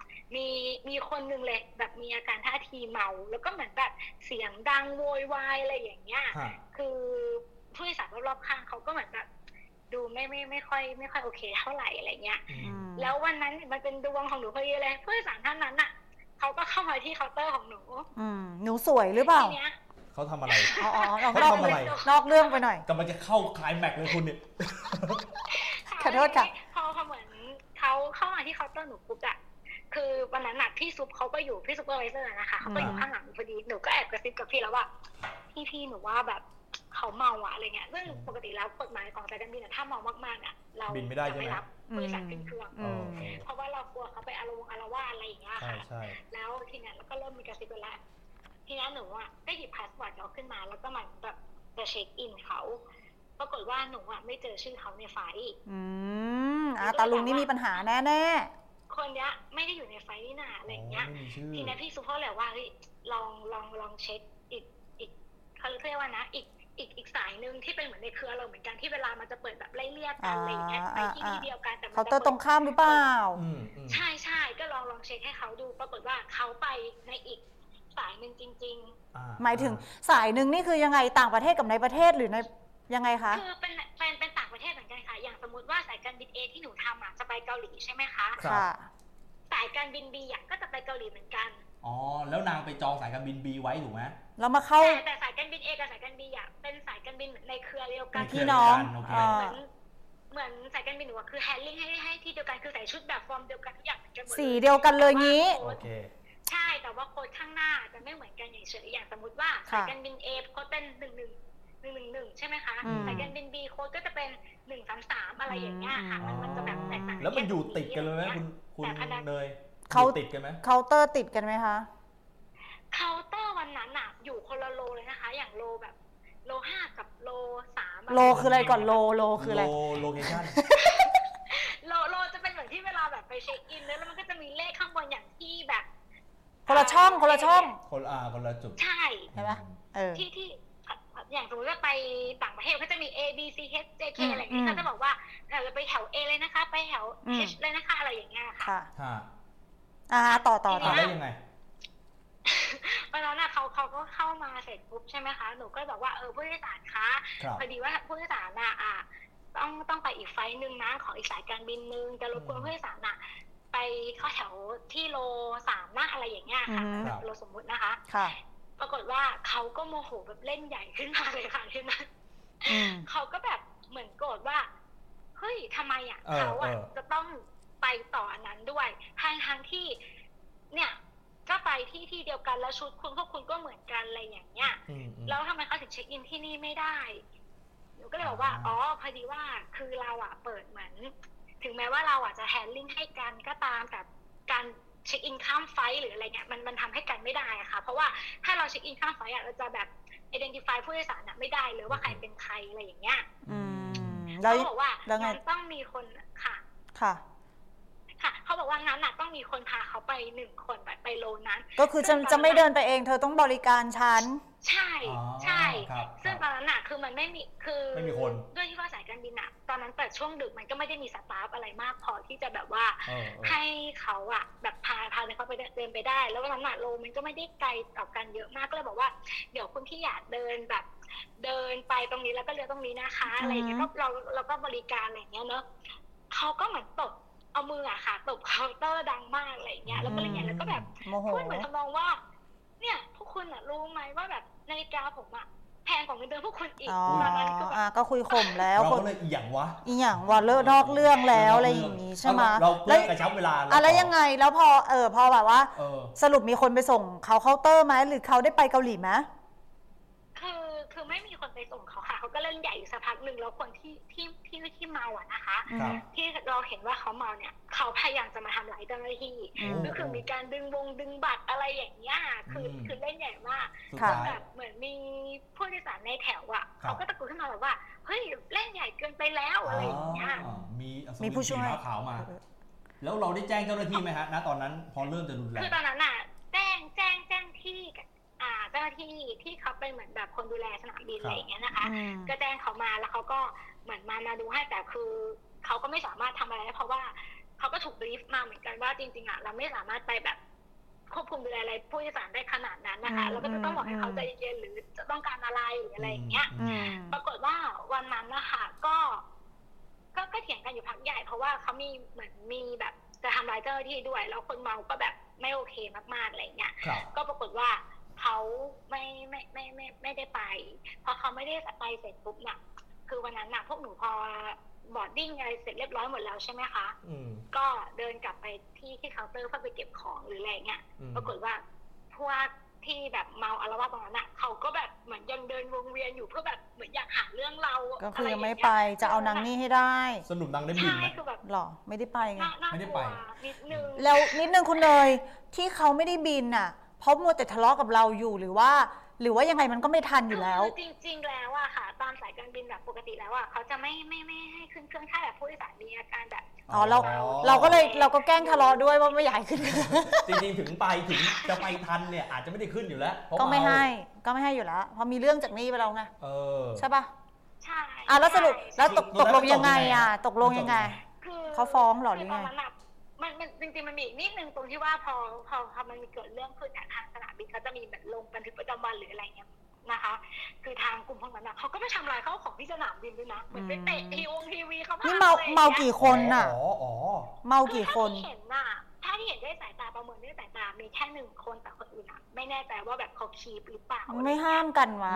มีคนนึงเลยแบบมีอาการท่าทีเมาแล้วก็เหมือนแบบเสียงดังโวยวายอะไรอย่างเงี้ยคือผู้โดยสารรอบๆข้างเขาก็เหมือนแบบดูไม่ค่อยโอเคเท่าไหร่อะไรเงี้ยแล้ววันนั้นมันเป็นดวงของหนูพอดีเลยผู้โดยสารท่านนั้นอ่ะเขาก็เข้ามาที่เคาน์เตอร์ของหนูหนูสวยหรือเปล่าเขาทำอะไรเขาทำอะไรนอกเรื่องไปหน่อยกำลังจะเข้าไคลแม็กซ์เลยคุณเนี่ยขอโทษค่ะพอเหมือนเขาเข้ามาที่เคาน์เตอร์หนูปุ๊บอะคือวันนั้นพี่ซุปเขาก็อยู่พี่ซุปเปอร์ไวเซอร์นะคะเขาก็อยู่ข้างหลังพอดีหนูก็แอบกระซิบกับพี่แล้วว่าพี่หนูว่าแบบเขาเมาอะอะไรเงี้ยซึ่งปกติแล้วกฎหมายของสายการบินถ้าเมามากๆอะเราบินไม่ได้ใช่ไหมรับผู้โดยสารขึ้นเครื่องเพราะว่าเรากลัวเขาไปอารวาสอะไรอย่างเงี้ยค่ะแล้วทีนี้เราก็เริ่มมีกระซิบไปแล้วทีนี้หนูอะได้หยิบพาสปอร์ตเขาขึ้นมาแล้วก็มันแบบจะเช็คอินเขาปรากฏว่าหนูอะไม่เจอชื่อเขาในไฟล์ตาลุงนี่มีปัญหาแน่ๆคนนี้ไม่ได้อยู่ในไฟล์นี่นาอะไรเงี้ยทีนี้พี่ซุปเขาเลยว่าเฮ้ยลองเช็คอีกเขาเรียกว่านะอีกสายนึงที่เป็นเหมือนในเครือเราเหมือนกันที่เวลามันจะเปิดแบบไล่เลี่ยกันอะไรเงี้ยไปที่เดียวกันแต่เขาตรงข้ามหรือเปล่าใช่ก็ลองเช็คให้เขาดูปรากฏว่าเขาไปในอีกสายนึงจริงๆหมายถึงสายนึงนี่คือยังไงต่างประเทศกับในประเทศหรือในยังไงคะคือเป็นต่างประเทศเหมือนกันค่ะอย่างสมมติว่าสายการบิน A ที่หนูทำจะไปเกาหลีใช่ไหมคะค่ะสายการบิน B ก็จะไปเกาหลีเหมือนกันแล้วนางไปจองสายการบิน B ไว้ถูกไหมแล้วมาเข้าแต่สายการบิน A กับสายการ B เป็นสายการบินในเครือเดียวกันพี่น้องเหมือนสายการบินหนูคือแฮนดิ้งให้ที่เดียวกันคือใส่ชุดแบบฟอร์มเดียวกันทุกอย่างเหมือนกันหมดสีเดียวกันเลยงี้ใช่แต่ว่าโค้ดข้างหน้าจะไม่เหมือนกันอย่างเช่นอย่างสมมติว่าสายการบิน A โค้ดเป็น111ใช่ไหมคะสายการบิน B โค้ดก็จะเป็น133อะไรอย่างเงี้ยค่ะมันจะแบบแตกต่างแล้วมันอยู่ติดกันเลยไหมคุณเนยเขาติดกันไหมเคาน์เตอร์ติดกันไหมคะเคาน์เตอร์วันนั้นอยู่คนละโลเลยนะคะอย่างโลแบบโล5กับโล3 โลคืออะไรก่อนโลคืออะไรโลเคชั่นโลจะเป็นเหมือนที่เวลาแบบไปเช็คอินแล้วมันก็จะมีเลขข้างบนอย่างที่แบบคนละช่องคนละจุดใช่ใช่ปะที่อย่างสมมติว่าไปต่างประเทศก็จะมี A B C H J K อะไรอย่างนี้เขาจะบอกว่าเราไปแถว A เลยนะคะไปแถว H เลยนะคะอะไรอย่างเงี้ยค่ะต่อได้ยังไงวันนั้นเขาก็เข้ามาเสร็จปุ๊บใช่ไหมคะหนูก็บอกว่าผู้โดยสารคะพอดีว่าผู้โดยสารต้องไปอีกไฟล์นึงนะของอีกสายการบินนึงจะรบกวนผู้โดยสารไปเข้าแถวที่โล3นะอะไรอย่างเงี้ยค่ะโลสมมุตินะคะปรากฏว่าเขาก็โมโหแบบเล่นใหญ่ขึ้นมาเลยค่ะที่นั้นเขาก็แบบเหมือนโกรธว่าเฮ้ยทำไมเขาจะต้องไปต่ออันนั้นด้วยทางที่เนี่ยก็ไปที่เดียวกันแล้วชุดพวกคุณก็เหมือนกันอะไรอย่างเงี้ยแล้วทำไมเขาถึงเช็คอินที่นี่ไม่ได้หนูก็เลยบอกว่าพอดีว่าคือเราเปิดเหมือนถึงแม้ว่าเราจะแฮนดิ้งให้กันก็ตามแต่การเช็คอินข้ามไฟหรืออะไรเงี้ยมันทำให้กันไม่ได้ค่ะเพราะว่าถ้าเราเช็คอินข้ามไฟเราจะแบบ identify ผู้โดยสารไม่ได้เลยว่าใครเป็นใครอะไรอย่างเงี้ยเขาบอกว่างั้นต้องมีคนค่ะเขาบอกว่างั้นต้องมีคนพาเขาไป1คนไปโลนั้นก็คือจะไม่เดินไปเองเธอต้องบริการฉันใช่ซึ่งตอนนั้นคือมันไม่มีคนด้วยที่ว่าสายการบินตอนนั้นเปิดช่วงดึกมันก็ไม่ได้มีสตาฟอะไรมากพอที่จะแบบว่าให้เขาแบบพาเขาไปเดินไปได้แล้ววันนั้นโลมันก็ไม่ได้ไกลต่อกันเยอะมากก็เลยบอกว่าเดี๋ยวคุณพี่อยากเดินแบบเดินไปตรงนี้แล้วก็เลี้ยวตรงนี้นะคะอะไรอย่างเงี้ยก็เราก็บริการอะไรอย่างเงี้ยเนอะเขาก็เหมือนตบเอามือค่ะตบเคาน์เตอร์ดังมากอะไรอย่างเงี้ยแล้วก็อะไรเงี้ยแล้วก็แบบพูดเหมือนทำนองว่าเนี่ยพวกคุณรู้ไหมว่าแบบนาฬิกาผมแพงกว่าเงินเดือนพวกคุณอีกตอนนั้นก็คุยข่มแล้วเราก็เลยอีหยังวะเลิกนอกเรื่องแล้วอะไรอย่างงี้ใช่ไหมเราเพื่อกระชับเวลาอะไรยังไงแล้วพอแบบว่าสรุปมีคนไปส่งเขาเคาน์เตอร์ไหมหรือเขาได้ไปเกาหลีไหมคือไม่มีคนไปส่งเขาค่ะเขาก็เล่นใหญ่อยู่สักพักหนึ่งแล้วคนที่เมานะคะที่เราเห็นว่าเขาเมาเนี่ยเขาพยายามจะมาทำร้ายเจ้าหน้าที่ก็คือมีการดึงบัตรอะไรอย่างเงี้ยคือเล่นใหญ่มากแบบเหมือนมีผู้โดยสารในแถวเขาก็ตะโกนขึ้นมาแบบว่าเฮ้ยเล่นใหญ่เกินไปแล้วอะไรอย่างเงี้ยมีผู้ช่วยขาวมาแล้วเราได้แจ้งเจ้าหน้าที่ไหมฮะณตอนนั้นพอเริ่มจะรุนแรงคือตอนนั้นแจ้งที่เจ้าหน้าที่ที่เขาเป็นเหมือนแบบคนดูแลสนามบินอะไรอย่างเงี้ยนะคะก็แจ้งเขามาแล้วเขาก็เหมือนมาดูให้แต่คือเขาก็ไม่สามารถทำอะไรได้เพราะว่าเขาก็ถูกบรีฟมาเหมือนกันว่าจริงๆเราไม่สามารถไปแบบควบคุมดูแลอะไรผู้โดยสารได้ขนาดนั้นนะคะแล้วก็จะต้องบอกให้เขาใจเย็นหรือจะต้องการอะไรหรืออะไรอย่างเงี้ยปรากฏว่าวันนั้นนะคะก็เถียงกันอยู่พักใหญ่เพราะว่าเขามีเหมือนมีแบบจะทำร้ายเจ้าหน้าที่ด้วยแล้วคนเมาก็แบบไม่โอเคมากๆอะไรเงี้ยก็ปรากฏว่าเขาไม่ได้ไปพอเขาไม่ได้ไปเสร็จปุ๊บเนี่ยคือวันนั้นพวกหนูพอบอร์ดดิ้งอะไรเสร็จเรียบร้อยหมดแล้วใช่ไหมคะก็เดินกลับไปที่เคาน์เตอร์เพื่อไปเก็บของหรืออะไรเงี้ยปรากฏว่าพวกที่แบบเมาอารวาสตรงนั้นเขาก็แบบเหมือนยังเดินวงเวียนอยู่เพื่อแบบเหมือนอยากหาเรื่องเราก็คือยังไม่ไปจะเอานางนี่ให้ได้สรุปนางได้บินไหมหรอไม่ได้ไปไงไม่ได้ไปนิดนึงแล้วนิดนึงคุณเนยที่เขาไม่ได้บินเพราะมัวแต่ทะเลาะกับเราอยู่หรือว่ายังไงมันก็ไม่ทันอยู่แล้วจริงๆแล้วค่ะตามสายการบินแบบปกติแล้วเขาจะไม่ให้ขึ้นเครื่องถ้าแบบผู้โดยสารมีอาการแบบเราก็แกล้งทะเลาะด้วยว่าไม่อยากขึ้นจริงๆถึงจะไปทันเนี่ยอาจจะไม่ได้ขึ้นอยู่แล้วก็ไม่ให้อยู่แล้วเพราะมีเรื่องจากนี้ไปแล้วไงใช่ปะใช่แล้วสรุปแล้วตกลงยังไงตกลงยังไงเขาฟ้องหรอหรือไงมันจริงๆมันมีอีกนิดนึงตรงที่ว่าพอมันมีเกิดเรื่องขึ้นทางสนามบินเขาจะมีแบบลงบันทึกประจำวันหรืออะไรเงี้ยนะคะคือทางกลุ่มพวกนั้นเขาก็ไม่ทำลายข้าวของที่สนามบินด้วยนะเหมือนไปเตะทีวีเขานี่เมากี่คนเมากี่คนเห็นถ้าที่เห็นด้วยสายตาประเมินด้วยสายตามีแค่1 คนแต่คนอื่นไม่แน่ใจว่าแบบเขาคีปหรือเปล่าไม่ห้ามกันวะ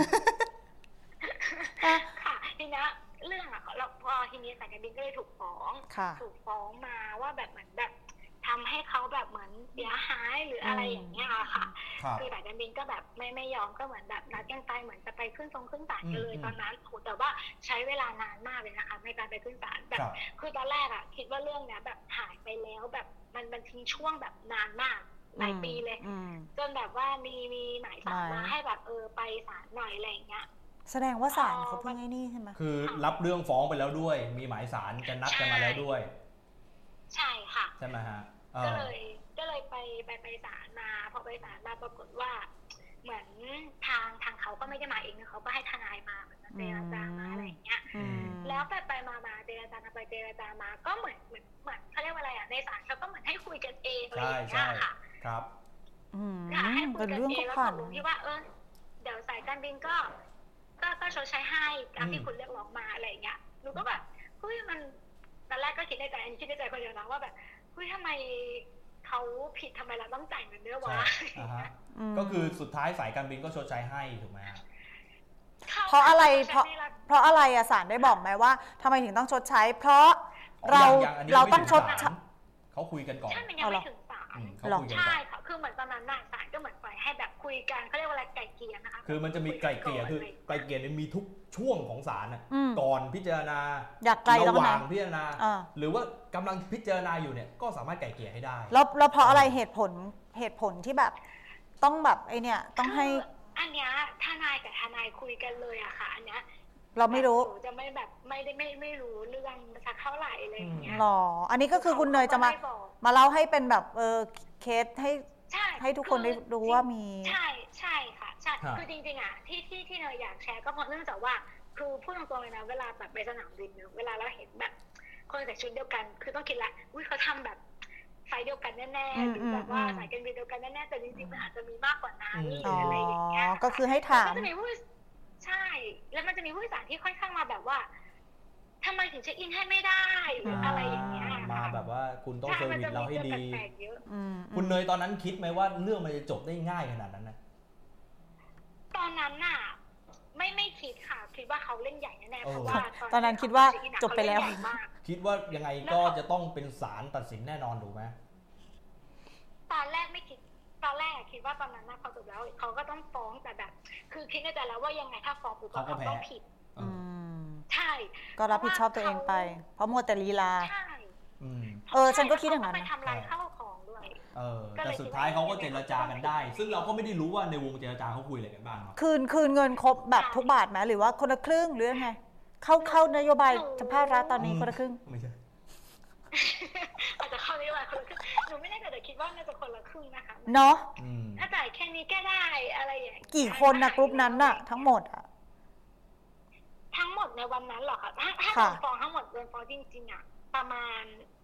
ค่ะทีนี้เรื่องเราพอทีนี้สายการบินก็เลยถูกฟ้องมาว่าแบบเหมือนแบบทำให้เขาแบบเหมือนเสียหายหรืออะไรอย่างเงี้ยค่ะคือสายการบินก็แบบไม่ยอมก็เหมือนแบบนัดกันไปเหมือนจะไปขึ้นศาลกันเลยตอนนั้นแต่ว่าใช้เวลานานมากเลยนะคะในการไปขึ้นศาลแบบคือตอนแรกคิดว่าเรื่องเนี้ยแบบหายไปแล้วแบบมันทิ้งช่วงแบบนานมากหลายปีเลยจนแบบว่ามีหมายสารมาให้แบบไปศาลหน่อยอะไรอย่างเงี้ยแสดงว่าศาลเขาเพิ่งไอ้นี่ใช่ไหมคือรับเรื่องฟ้องไปแล้วด้วยมีหมายศาลจะนัดกันมาแล้วด้วยใช่ค่ะใช่ไหมฮะก็เลยไปศาลมาพอไปศาลมาปรากฏว่าเหมือนทางเขาก็ไม่ได้มาเองเขาก็ให้ทนายมาเหมือนเจรจามาอะไรอย่างเงี้ยแล้วไปมาเจรจาไปเจรจามาก็เหมือนเขาเรียกว่าอะไรในศาลเขาก็เหมือนให้คุยกันเองอะไรอย่างเงี้ยค่ะครับให้คุยกันเองแล้วตกลงที่ว่าเดี๋ยวสายการบินก็ชดใช้ให้ตามที่คุณเรียกร้องมาอะไรอย่างเงี้ยหนูก็แบบเฮ้ยมันตอนแรกก็คิดในใจคนเดียวนะว่าแบบเฮ้ยทำไมเขาผิดทำไมเราต้องจ่ายเงินด้วยวะก็คือสุดท้ายสายการบินก็ชดใช้ให้ถูกไหมเพราะอะไรศาลได้บอกไหมว่าทำไมถึงต้องชดใช้เพราะเราต้องชดเขาคุยกันก่อนใช่มันยังไม่ถึงศาลใช่ค่ะคือเหมือนตอนนั้นศาลก็เหมือนปล่อยให้แบบคุยกันเขาเรียกว่าอะไรไกล่เกลี่ยนะคะคือมันจะมีไกล่เกลี่ยคือไกล่เกลี่ยมีทุกช่วงของศาลก่อนพิจารณาระหว่างพิจารณาหรือว่ากำลังพิจารณาอยู่เนี่ยก็สามารถไกล่เกลี่ยให้ได้แล้วเพราะอะไรเหตุผลที่แบบต้องแบบไอเนี่ยต้องให้อันเนี้ยทนายกับทนายคุยกันเลยอะค่ะอันเนี้ยเราไม่รู้จะไม่แบบไม่รู้เรื่องสักเท่าไหร่อะไรอย่างเงี้ยหรออันนี้ก็คือคุณเนยจะมาเล่าให้เป็นแบบเคสให้ทุกคนได้รู้ว่ามีใช่ค่ะใช่คือจริงๆที่เนยอยากแชร์ก็เพราะเนื่องจากว่าคือพูดตรงๆเลยนะเวลาแบบไปสนามบินเนอะเวลาเราเห็นแบบคนใส่ชุดเดียวกันคือต้องคิดละอุ้ยเขาทำแบบไฟเดียวกันแน่ๆหรือแบบว่าสายการบินเดียวกันแน่ๆแต่จริงๆมันอาจจะมีมากกว่านั้นหรืออะไรอย่างเงี้ยก็คือให้ถามใช่แล้วมันจะมีผู้โดยสารที่ค่อนข้างมาแบบว่าทำไมถึงเช็คอินให้ไม่ได้หรืออะไรอย่างเงี้ยมาแบบว่าคุณต้องเซอร์วิสเราให้ดีคุณเนยตอนนั้นคิดไหมว่าเรื่องมันจะจบได้ง่ายขนาดนั้นนะตอนนั้นน่ะไม่คิดค่ะคิดว่าเขาเล่นใหญ่แน่ๆเพราะว่าตอนนั้นคิดว่าจบไปแล้วคิดว่ายังไงก็จะต้องเป็นศาลตัดสินแน่นอนถูกไหมตอนแรกไม่คิดตอนแรกคิดว่าตอนนั้นน่ะเขาจบแล้วเขาก็ต้องฟ้องแต่แบบคือคิดในใจแล้วว่ายังไงถ้าฟ้องปุ๊บเขาต้องผิดใช่ก็รับผิดชอบตัวเองไปเพราะมัวแต่ลีลาใช่ฉันก็คิดอย่างนั้นไปทำลายข้าวของด้วยแต่สุดท้ายเขาก็เจรจากันได้ซึ่งเราก็ไม่ได้รู้ว่าในวงเจรจาเขาคุยอะไรกันบ้างคืนเงินครบแบบทุกบาทไหมหรือว่าคนละครึ่งหรือยังไงเข้านโยบายภาครัฐตอนนี้คนละครึ่งไม่ใช่อาจจะเข้านโยบายคนละครึ่งหนูไม่แน่ใจแต่คิดว่าน่าจะคนละครึ่งนะคะเนาะถ้าจ่ายแค่นี้แก้ได้อะไรอย่างกี่คนนะกลุ่มนั้นน่ะทั้งหมดทั้งหมดในวันนั้นหรอคะถ้าโดนฟ้องทั้งหมดโดนฟ้องจริงๆประมาณ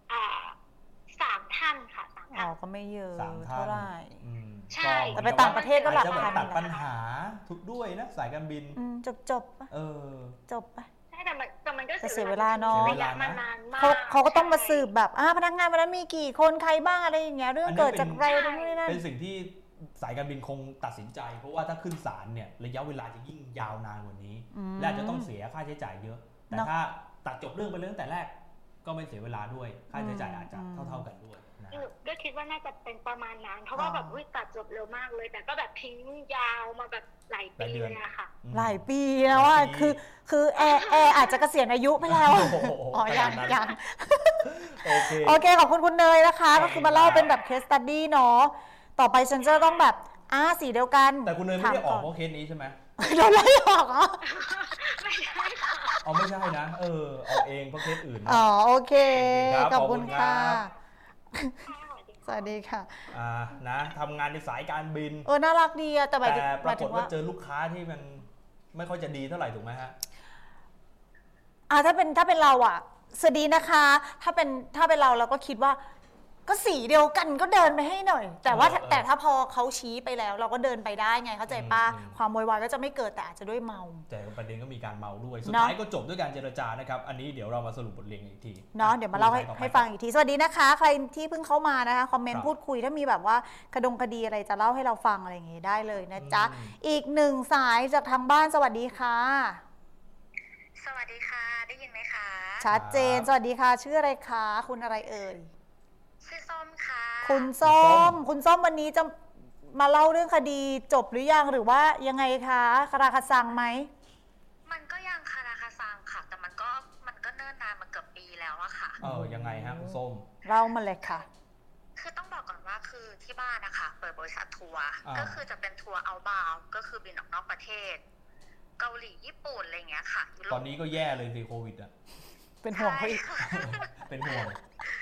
3 ท่านค่ะ3 ท่านก็ไม่เยอะเท่าไหร่ใช่แต่ไปต่างประเทศก็หลักพันตัดปัญหาทุกด้วยนะสายการบินจบปะจบปะใช่แต่มันก็เสียเวลาเนาะระยะมานานมากเขาก็ต้องมาสืบแบบพนักงานวันนั้นมีกี่คนใครบ้างอะไรอย่างเงี้ยเรื่องเกิดจากอะไรนั่นเป็นสิ่งที่สายการบินคงตัดสินใจเพราะว่าถ้าขึ้นศาลเนี่ยระยะเวลาจะยิ่งยาวนานกว่านี้และจะต้องเสียค่าใช้จ่ายเยอะแต่ถ้าตัดจบเรื่องไปเลยตั้งแต่แรกก็ไม่เสียเวลาด้วยค่าใช้จ่ายอาจจะเท่ากันด้วยก็คิดว่าน่าจะเป็นประมาณนั้นเพราะว่าแบบตัดจบเร็วมากเลยแต่ก็แบบทิ้งยาวมาแบบหลายปีเลยอะค่ะหลายปีแล้วอะคือแอร์อาจจะเกษียณอายุไปแล้วยังโอเคขอบคุณเนยนะคะก็คือมาเล่าเป็นแบบเคสสตัดดี้เนาะต่อไปฉันจะต้องแบบสีเดียวกันแต่คุณเนยไม่ได้ออกเพราะเคสนี้ใช่ไหมโดนไล่ออกเหรอไม่ใช่ค่ะไม่ใช่นะเอาเองเพราะเคสอื่นโอเคขอบคุณค่ะสวัสดีค่ะนะทำงานในสายการบินน่ารักดีอะแต่ปรากฏว่าเจอลูกค้าที่มันไม่ค่อยจะดีเท่าไหร่ถูกไหมฮะถ้าเป็นเราอะสวัสดีนะคะถ้าเป็นเราก็คิดว่าก็สีเดียวกันก็เดินไปให้หน่อยแต่ถ้าพอเขาชี้ไปแล้วเราก็เดินไปได้ไงเข้าใจป้าความโวยวายก็จะไม่เกิดแต่อาจจะด้วยเมาแต่ประเด็นก็มีการเมาด้วยสุดท้ายก็จบด้วยการเจรจานะครับอันนี้เดี๋ยวเรามาสรุปบทเรียนอีกทีเนาะเดี๋ยวมาเล่าให้ฟังอีกทีสวัสดีนะคะใครที่เพิ่งเข้ามานะคะคอมเมนต์พูดคุยถ้ามีแบบว่าคดีอะไรจะเล่าให้เราฟังอะไรอย่างงี้ได้เลยนะจ๊ะอีก1 สายจากทางบ้านสวัสดีค่ะสวัสดีค่ะได้ยินไหมคะชัดเจนสวัสดีค่ะชื่ออะไรคะคุณอะไรเอ่ยชื่อส้มค่ะคุณส้มวันนี้จะมาเล่าเรื่องคดีจบหรือยังหรือว่ายังไงคะคาราคาซังไหมมันก็ยังคาราคาซังค่ะแต่มันก็เนิ่นนานมาเกือบปีแล้วอะค่ะยังไงฮะคุณส้มเล่ามาเลยค่ะคือต้องบอกก่อนว่าคือที่บ้านนะคะเปิดบริษัททัวร์ก็คือจะเป็นทัวร์เอาท์บาวด์ก็คือบินออกนอกประเทศเกาหลีญี่ปุ่นอะไรเงี้ยค่ะตอนนี้ก็แย่เลยสิโควิดอะเป็นห่วงเขาอีกเป็นห่วง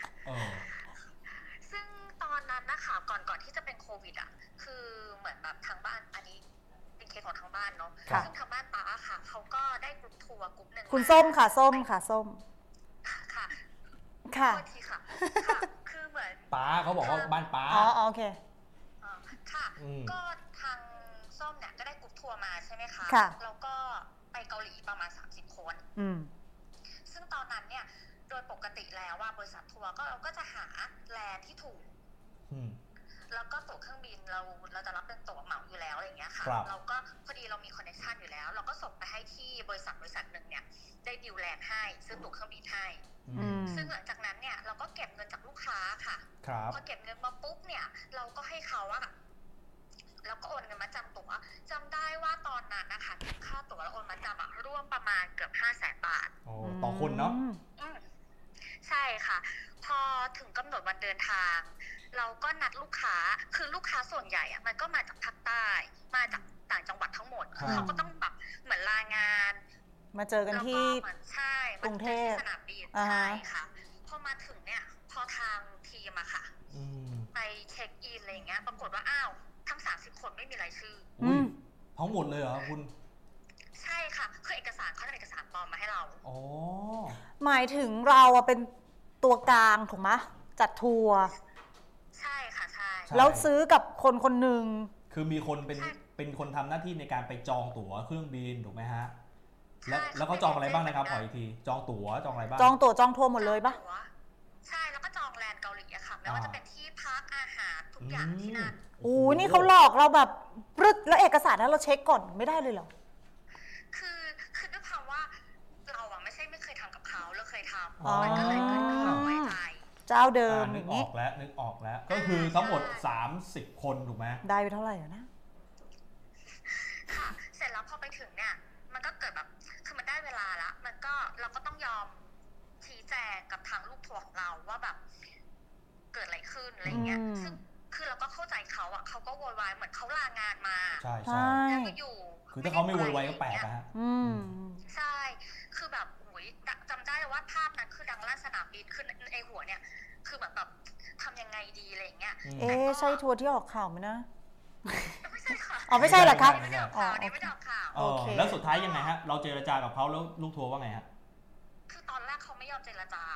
ตอนนั้นนะคะก่อนที่จะเป็นโควิดอ่ะคือเหมือนแบบทางบ้านอันนี้เป็นเคสของทางบ้านเนาะซึ่งทางบ้านป้าค่ะเขาก็ได้กลุ่มทัวร์กลุ่มหนึ่งคุณส้มค่ะส้มค่ะค่ะคือเหมือนป้าเขาบอกว่าบ้านป้าโอเคค่ะก็ทางส้มเนี่ยก็ได้กลุ่มทัวร์มาใช่ไหมคะแล้วก็ไปเกาหลีประมาณ30 คนซึ่งตอนนั้นเนี่ยโดยปกติแล้วว่าบริษัททัวร์ก็จะหาแลนด์ที่ถูกแล้วก็ตั๋วเครื่องบินเราจะรับเป็นตั๋วเหมาอยู่แล้วอะไรอย่างเงี้ยค่ะเราก็พอดีเรามีคอนเนคชั่นอยู่แล้วเราก็ส่งไปให้ที่บริษัทหนึ่งเนี่ยได้ดิวแลนด์ให้ซื้อตั๋วเครื่องบินให้ซึ่งหลังจากนั้นเนี่ยเราก็เก็บเงินจากลูกค้าค่ะพอเก็บเงินมาปุ๊บเนี่ยเราก็ให้เขาอะแล้วก็โอนเงินมาจำตั๋วจำได้ว่าตอนนั้นนะคะค่าตั๋วเราโอนมาจำอะร่วมประมาณเกือบ500,000 บาทต่อคนเนาะใช่ค่ะพอถึงกำหนดวันเดินทางเราก็นัดลูกค้าคือลูกค้าส่วนใหญ่อะมันก็มาจากภาคใต้มาจากต่างจังหวัดทั้งหมดคือเขาก็ต้องแบบเหมือนลางานมาเจอกันที่กรุงเทพสนามบินใช่ค่ะพอมาถึงเนี่ยพอทางทีมอะค่ะไปเช็คอินอะไรอย่างเงี้ยปรากฏว่าทั้ง30 คนไม่มีรายชื่อทั้งหมดเลยเหรอคุณใช่ค่ะคือเขาทำเอกสารปลอมมาให้เราหมายถึงเราอะเป็นตัวกลางถูกไหมจัดทัวร์ใช่ค่ะใช่แล้วซื้อกับคนหนึ่งคือมีคนเป็นคนทำหน้าที่ในการไปจองตั๋วเครื่องบินถูกไหมฮะแล้วเขาจองอะไรบ้างนะครับขออีกทีจองตั๋วจองอะไรบ้างจองตั๋วจองทัวร์หมดเลยปะใช่แล้วก็จองแลนด์เกาหลีอะค่ะไม่ว่าจะเป็นที่พักอาหารทุกอย่างที่นั่นนี่เขาหลอกเราแบบรึดแล้วเอกสารนั้นเราเช็คก่อนไม่ได้เลยเหรอคือด้วยความว่าเราอะไม่เคยทำกับเขาเราเคยทำมันก็เลยเกิดความไว้ใจเจ้าเดิมนึกออกแล้วก็คือทั้งหมด30 คนถูกไหมได้ไปเท่าไหร่นะค่ะเสร็จแล้วพอไปถึงเนี่ยมันก็เกิดแบบคือมันได้เวลาละมันก็เราก็ต้องยอมชี้แจงกับทางลูกทัวร์ของเราว่าแบบเกิดอะไรขึ้นอะไรเงี้ยซึ่งคือเราก็เข้าใจเขาอะเขาก็โวยวายเหมือนเขาลางานมาใช่แล้วก็อยู่คือถ้าเขาไม่โวยวายก็แปลกนะฮะใช่คือแบบจำได้ว่าภาพนั้นคือดังลั่นสนามบินคือไอหัวเนี่ยคือแบบทำยังไงดีอะไรอย่างเงี้ยใช่ทัวร์ที่ออกข่าวไหมนะไม่ใช่ค่ะไม่ใช่เหรอคะไม่ได้ออกข่าวไม่ได้ออกข่าวแล้วสุดท้ายยังไงฮะเราเจรจากับเขาแล้วลูกทัวร์ว่าไงฮะคือตอนแรกเขาไม่ยอมเจรจา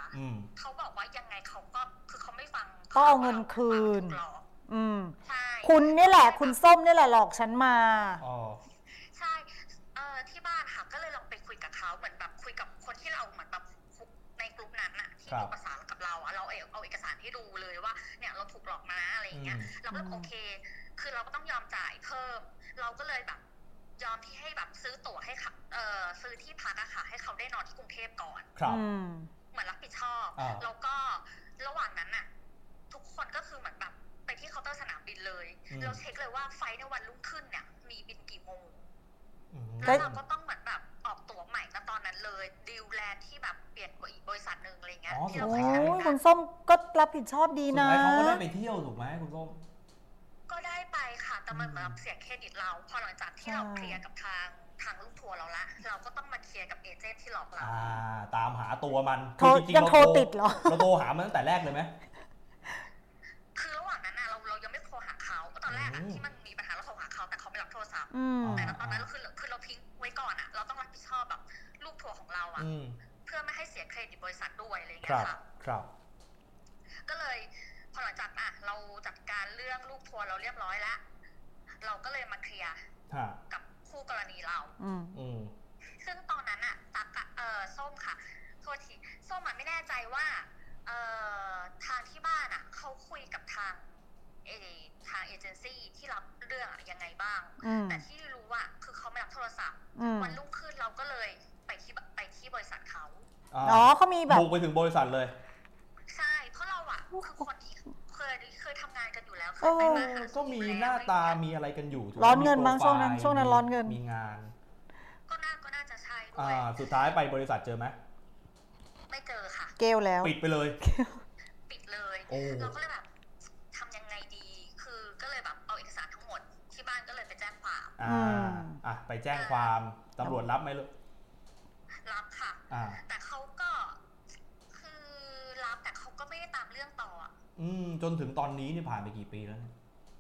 เขาบอกว่ายังไงเขาก็คือเขาไม่ฟังก็เอาเงินคืนใช่คุณนี่แหละคุณส้มนี่แหละหลอกฉันมาใช่ที่บ้านค่ะก็เลยลองไปคุยกับเขาเหมือนแบบคุยกับคนที่เราเหมือนแบบในกลุ่มนั้นอะที่มีประสานกับเราอะเราเอาเอกสารให้ดูเลยว่าเนี่ยเราถูกหลอกมาอะไรอย่างเงี้ยเราก็โอเคคือเราก็ต้องยอมจ่ายเพิ่มเราก็เลยแบบยอมที่ให้แบบซื้อตั๋วให้ซื้อที่พักอะค่ะให้เขาได้นอนที่กรุงเทพก่อนเหมือนรับผิดชอบแล้วก็ระหว่างนั้นอะทุกคนก็คือเหมือนแบบไปที่เคาน์เตอร์สนามบินเลยเราเช็คเลยว่าไฟล์ในวันรุ่งขึ้นเนี่ยมีบินกี่โมงแล้วเราก็ต้องเหมือนแบบออกตั๋วใหม่ก็ตอนนั้นเลยดีลแลนด์ที่แบบเปลี่ยนกับอีกบริษัทนึงอะไรเงี้ยที่เราเคยใช้คุณส้มก็รับผิดชอบดีนะเขาก็ได้ไปเที่ยวถูกไหมคุณส้มก็ได้ไปค่ะแต่มันเหมือนเสียเครดิตเราพอหลังจากที่เราเคลียร์กับทางลูกทัวร์เราละเราก็ต้องมาเคลียร์กับเอเจนต์ที่หลอกเราตามหาตัวมันยังโทรติดเหรอเราโทรหามันตั้งแต่แรกเลยไหมคือระหว่างนั้นเรายังไม่โทรหาเขาตอนแรกที่มันมีปัญหาเราโทรหาเขาแต่เขาไม่รับโทรศัพท์แต่ตอนนั้นคือเราทิ้งไว้ก่อนเราต้องรับผิดชอบแบบลูกทัวร์ของเราเพื่อไม่ให้เสียเครดิตบริษัทด้วยอะไรอย่างเงี้ยค่ะก็เลยพอหลังจากเราจัดการเรื่องลูกทัวร์เราเรียบร้อยแล้วเราก็เลยมาเคลียร์กับคู่กรณีเราซึ่งตอนนั้นตักส้มค่ะโทษทีส้มไม่แน่ใจว่าทางที่บ้านเขาคุยกับทางเอเจนซี่ที่รับเรื่องยังไงบ้างแต่ที่รู้ว่าคือเขาไม่รับโทรศัพท์วันรุ่งขึ้นเราก็เลยไปที่บริษัทเขาเขามีแบบบุกไปถึงบริษัทเลยใช่เพราะเราคือคนที่เคยทำงานกันอยู่แล้วก็มีหน้าตามีอะไรกันอยู่ร้อนเงินบางช่วงนั้นร้อนเงินมีงานก็น่าจะใช่ด้วยสุดท้ายไปบริษัทเจอไหมไม่เจอค่ะเกลแล้วปิดไปเลยปิดเลยเราก็เลยแบบทำยังไงดีคือก็เลยแบบเอาเอกสารทั้งหมดที่บ้านก็เลยไปแจ้งความไปแจ้งความตำรวจรับไหมลูกรับค่ะแต่เขาก็คือรับแต่เขาก็ไม่ได้ตามเรื่องต่อจนถึงตอนนี้นี่ผ่านไปกี่ปีแล้ว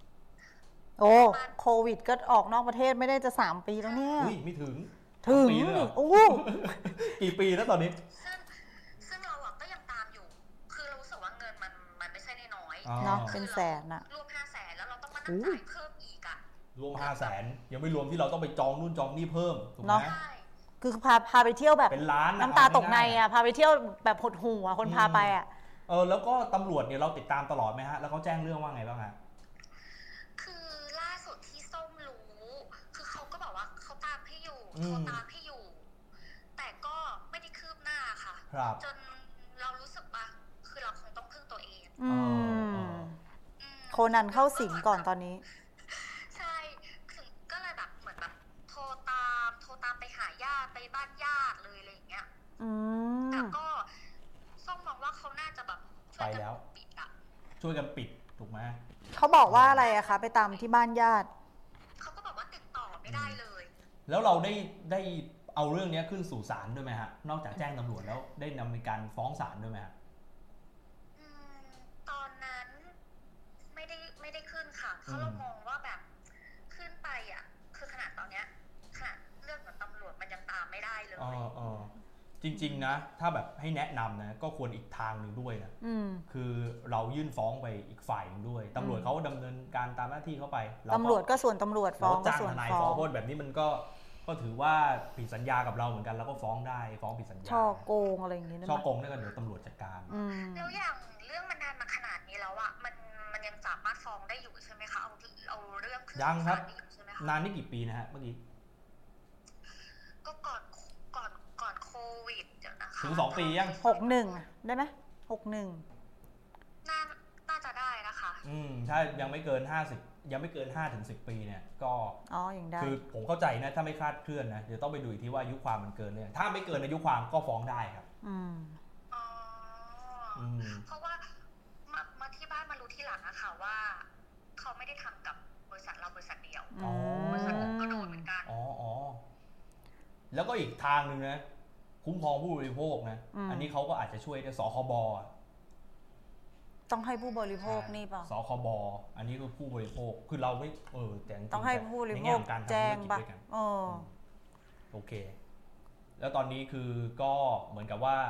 โควิดก็ออกนอกประเทศไม่ได้จะ3 ปีแล้วเนี่ยไม่ถึงกี่ปีแล้วตอนนี้ซึ่งเราก็ยังตามอยู่คือเรารู้สึกว่าเงินมันไม่ใช่น้อยเนาะเป็นแสนรวม500,000แล้วเราต้องมานั่งจ่ายเพิ่มอีกรวม500,000ยังไม่รวมที่เราต้องไปจองนู่นจองนี่เพิ่มถูกไหมคือพาไปเที่ยวแบบเป็นล้านน้ำตาตกในพาไปเที่ยวแบบหดหู่คนพาไปแล้วก็ตำรวจเนี่ยเราติดตามตลอดไหมฮะแล้วเขาแจ้งเรื่องว่าไงบ้างฮะคือล่าสุดที่ส้มรู้คือเขาก็บอกว่าเขาตามให้อยู่โทรตามให้อยู่แต่ก็ไม่ได้คืบหน้าค่ะจนเรารู้สึกว่าคือเราคงต้องพึ่งตัวเองโคนันเข้าสิงก่อนตอนนี้ใช่ก็เลยแบบเหมือนแบบโทรตามไปหาญาติไปบ้านญาติเลยอะไรอย่างเงี้ยแต่ก็ส้มมองว่าเขาน่าจะแบบไปแล้วช่วยกันปิดถูกไหมเขาบอกว่าอะไรคะไปตามที่บ้านญาติเขาก็บอกว่าติดต่อไม่ได้เลยแล้วเราได้เอาเรื่องนี้ขึ้นสู่ศาลด้วยไหมฮะนอกจากแจ้งตำรวจแล้วได้นำในการฟ้องศาลด้วยไหมฮะตอนนั้นไม่ได้ขึ้นค่ะเพราะเรามองว่าแบบขึ้นไปคือขนาดตอนเนี้ยขนาดเรื่องของตำรวจมันยังตามไม่ได้เลยจริงๆนะถ้าแบบให้แนะนำนะก็ควรอีกทางหนึ่งด้วยนะคือเรายื่นฟ้องไปอีกฝ่ายนึงด้วยตำรวจเขาดำเนินการตามหน้าที่เขาไปตำรวจก็ส่วนตำรวจฟ้องก็ส่วนทนายฟ้องแบบนี้มันก็ถือว่าผิดสัญญากับเราเหมือนกันแล้วก็ฟ้องได้ฟ้องผิดสัญญาช่อโกงอะไรอย่างเงี้ยช่อโกงนั่นก็เดี๋ยวตำรวจจัดการแล้วอย่างเรื่องมันนานมาขนาดนี้แล้วมันยังสามารถฟ้องได้อยู่ใช่ไหมคะเอาเรื่องขึ้นยังครับนานนี่กี่ปีนะฮะเมื่อกี้ก็ก่อนโควิดเดี๋ยวนะคะถึง2 ปียัง 61ได้ไหม61 น่าจะได้นะคะถ้ายังไม่เกิน50ยังไม่เกิน5-10 ปีเนี่ยก็ยังได้คือผมเข้าใจนะถ้าไม่คลาดเคลื่อนนะเดี๋ยวต้องไปดูอีกทีว่าอายุความมันเกินเลยถ้าไม่เกินอายุความก็ฟ้องได้ครับเพราะว่ามาที่บ้านมารู้ที่หลังอะค่ะว่าเขาไม่ได้ทำกับบริษัทเราบริษัทเดียวบริษัทอื่นก็โดนเหมือนกันแล้วก็อีกทางนึงนะคุ้มครองผู้บริโภคนะอันนี้เขาก็อาจจะช่วยได้สคบต้องให้ผู้บริโภคนี่เปล่าสคบอันนี้คือผู้บริโภคคือเราไม่แต่ต้องให้ผู้บริโภคแจ้งป่ะโอเคแล้วตอนนี้คือก็เหมือนกับว่า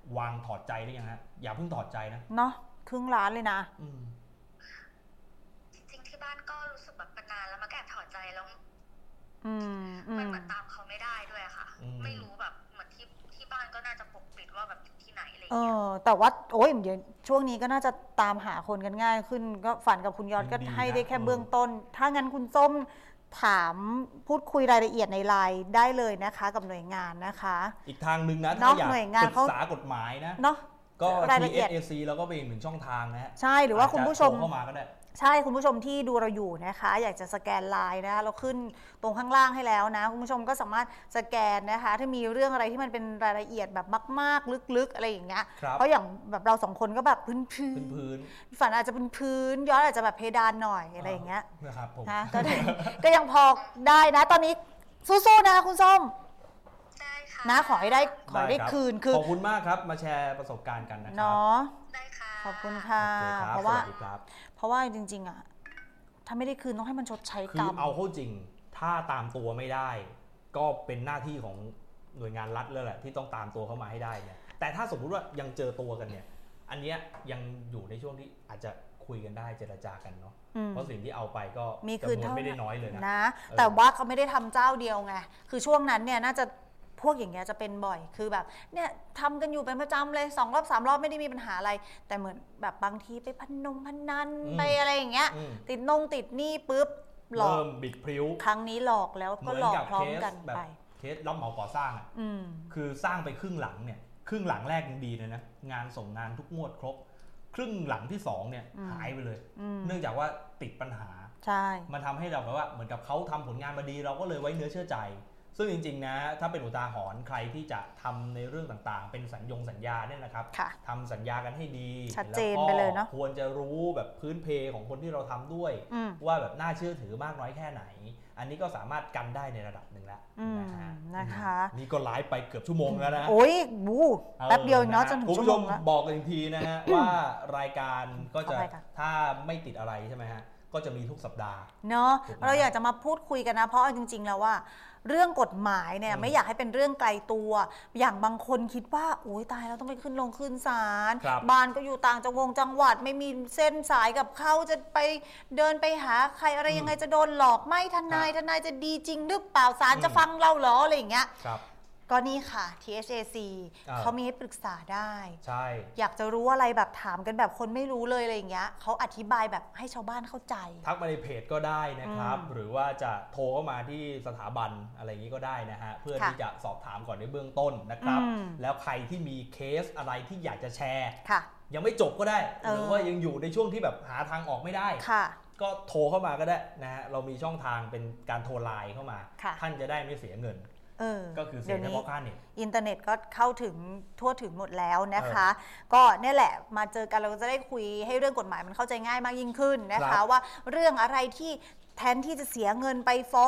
วางถอดใจหรือยังฮะอย่าเพิ่งถอดใจนะเนาะครึ่งล้านเลยนะจริงๆที่บ้านก็รู้สึกแบบนานแล้วมาแอบถอดใจแล้วมันเหมือนตามเขาไม่ได้ด้วยค่ะไม่รู้แบบเหมือนที่บ้านก็น่าจะปกปิดว่าแบบอยู่ที่ไหนอะไรอย่างเงี้ยแต่ว่าโอ้ยเดี๋ยวช่วงนี้ก็น่าจะตามหาคนกันง่ายขึ้นก็ฝันกับคุณยอดก็ให้ได้แค่เบื้องต้นถ้างั้นคุณส้มถามพูดคุยรายละเอียดในไลน์ได้เลยนะคะกับหน่วยงานนะคะอีกทางนึงนะถ้าอยากปรึกษากฎหมายนะเนาะก็ TSAC แล้วก็เป็นอีกหนึ่งช่องทางนะฮะใช่หรือว่าคุณผู้ชมเข้ามาก็ได้ใช่คุณผู้ชมที่ดูเราอยู่นะคะอยากจะสแกนไลน์นะเราขึ้นตรงข้างล่างให้แล้วนะคุณผู้ชมก็สามารถสแกนนะคะถ้ามีเรื่องอะไรที่มันเป็นรายละเอียดแบบมากๆลึกๆอะไรอย่างเงี้ยเพราะอย่างแบบเรา2คนก็แบบพื้นฝันอาจจะเป็นพื้นย้อนอาจจะแบบเพดานหน่อยอะไรอย่างเงี้ยนะครับผมก็ยังพอได้นะตอนนี้สู้ๆนะคะคุณส้มนะขอให้ได้คืนขอบคุณมากครับมาแชร์ประสบการณ์กันนะครับเนาะได้ค่ะขอบคุณค่ะเพราะว่าจริงๆอ่ะถ้าไม่ได้คืนต้องให้มันชดใช้กรรมคือเอาเข้าจริงถ้าตามตัวไม่ได้ก็เป็นหน้าที่ของหน่วยงานรัฐแล้วแหละที่ต้องตามตัวเข้ามาให้ได้เนี่ยแต่ถ้าสมมุติว่ายังเจอตัวกันเนี่ยอันเนี้ยยังอยู่ในช่วงที่อาจจะคุยกันได้เจรจากันเนาะเพราะสิ่งที่เอาไปก็มีคืนเท่าไม่ได้น้อยเลยนะแต่ว่าเขาไม่ได้ทำเจ้าเดียวไงคือช่วงนั้นเนี่ยน่าจะพวกอย่างเงี้ยจะเป็นบ่อยคือแบบเนี่ยทำกันอยู่เป็นประจำเลย2 รอบ 3 รอบไม่ได้มีปัญหาอะไรแต่เหมือนแบบบางทีไปพนันไปอะไรอย่างเงี้ยติดหนี้ปุ๊บหลอกบิดพริ้วครั้งนี้หลอกแล้วก็หลอกพร้อมกันไปเคสรับเหมาก่อสร้างอ่ะคือสร้างไปครึ่งหลังเนี่ยครึ่งหลังแรกยังดีเลยนะงานส่งงานทุกงวดครบครึ่งหลังที่2เนี่ยหายไปเลยเนื่องจากว่าติดปัญหาใช่มันทำให้เราแบบว่าเหมือนกับเขาทำผลงานมาดีเราก็เลยไว้เนื้อเชื่อใจซึ่งจริงๆนะถ้าเป็นอุทาหรณ์ใครที่จะทำในเรื่องต่างๆเป็นสัญญาเนี่ยนะครับทำสัญญากันให้ดีชัดเจนไปเลยเนาะควรจะรู้แบบพื้นเพของคนที่เราทำด้วยว่าแบบน่าเชื่อถือมากน้อยแค่ไหนอันนี้ก็สามารถกันได้ในระดับหนึ่งแล้วนะคะนี่ก็ไลฟ์ไปเกือบชั่วโมงแล้วนะโอ้ยแป๊บเดียวเนาะจนถึงชั่วโมงแล้วบอกกันอีกทีนะฮะว่ารายการก็จะถ้าไม่ติดอะไรใช่ไหมฮะก็จะมีทุกสัปดาห์เนาะเราอยากจะมาพูดคุยกันนะเพราะจริงๆแล้วว่าเรื่องกฎหมายเนี่ยไม่อยากให้เป็นเรื่องไกลตัวอย่างบางคนคิดว่าโอ๊ยตายแล้วต้องไปขึ้นศาลบ้านก็อยู่ต่างจังหวัดไม่มีเส้นสายกับเขาจะไปเดินไปหาใครอะไรยังไงจะโดนหลอกไม่ทนายจะดีจริงหรือเปล่าศาลจะฟังเราเหรออะไรอย่างเงี้ยก็นี่ค่ะ TSAC เขามีให้ปรึกษาได้ใช่อยากจะรู้อะไรแบบถามกันแบบคนไม่รู้เลยอะไรอย่างเงี้ยเขาอธิบายแบบให้ชาวบ้านเข้าใจทักมาในเพจก็ได้นะครับหรือว่าจะโทรเข้ามาที่สถาบันอะไรอย่างนี้ก็ได้นะฮะเพื่อที่จะสอบถามก่อนในเบื้องต้นนะครับแล้วใครที่มีเคสอะไรที่อยากจะแชร์ยังไม่จบก็ได้หรือว่ายังอยู่ในช่วงที่แบบหาทางออกไม่ได้ก็โทรเข้ามาก็ได้นะฮะเรามีช่องทางเป็นการโทรไลน์เข้ามาท่านจะได้ไม่เสียเงินก็คือเสียเฉพาะค่าเน็ตอินเทอร์เน็ตก็เข้าถึงทั่วถึงหมดแล้วนะคะก็นี่แหละมาเจอกันเราจะได้คุยให้เรื่องกฎหมายมันเข้าใจง่ายมากยิ่งขึ้นนะคะว่าเรื่องอะไรที่แทนที่จะเสียเงินไปฟ้อง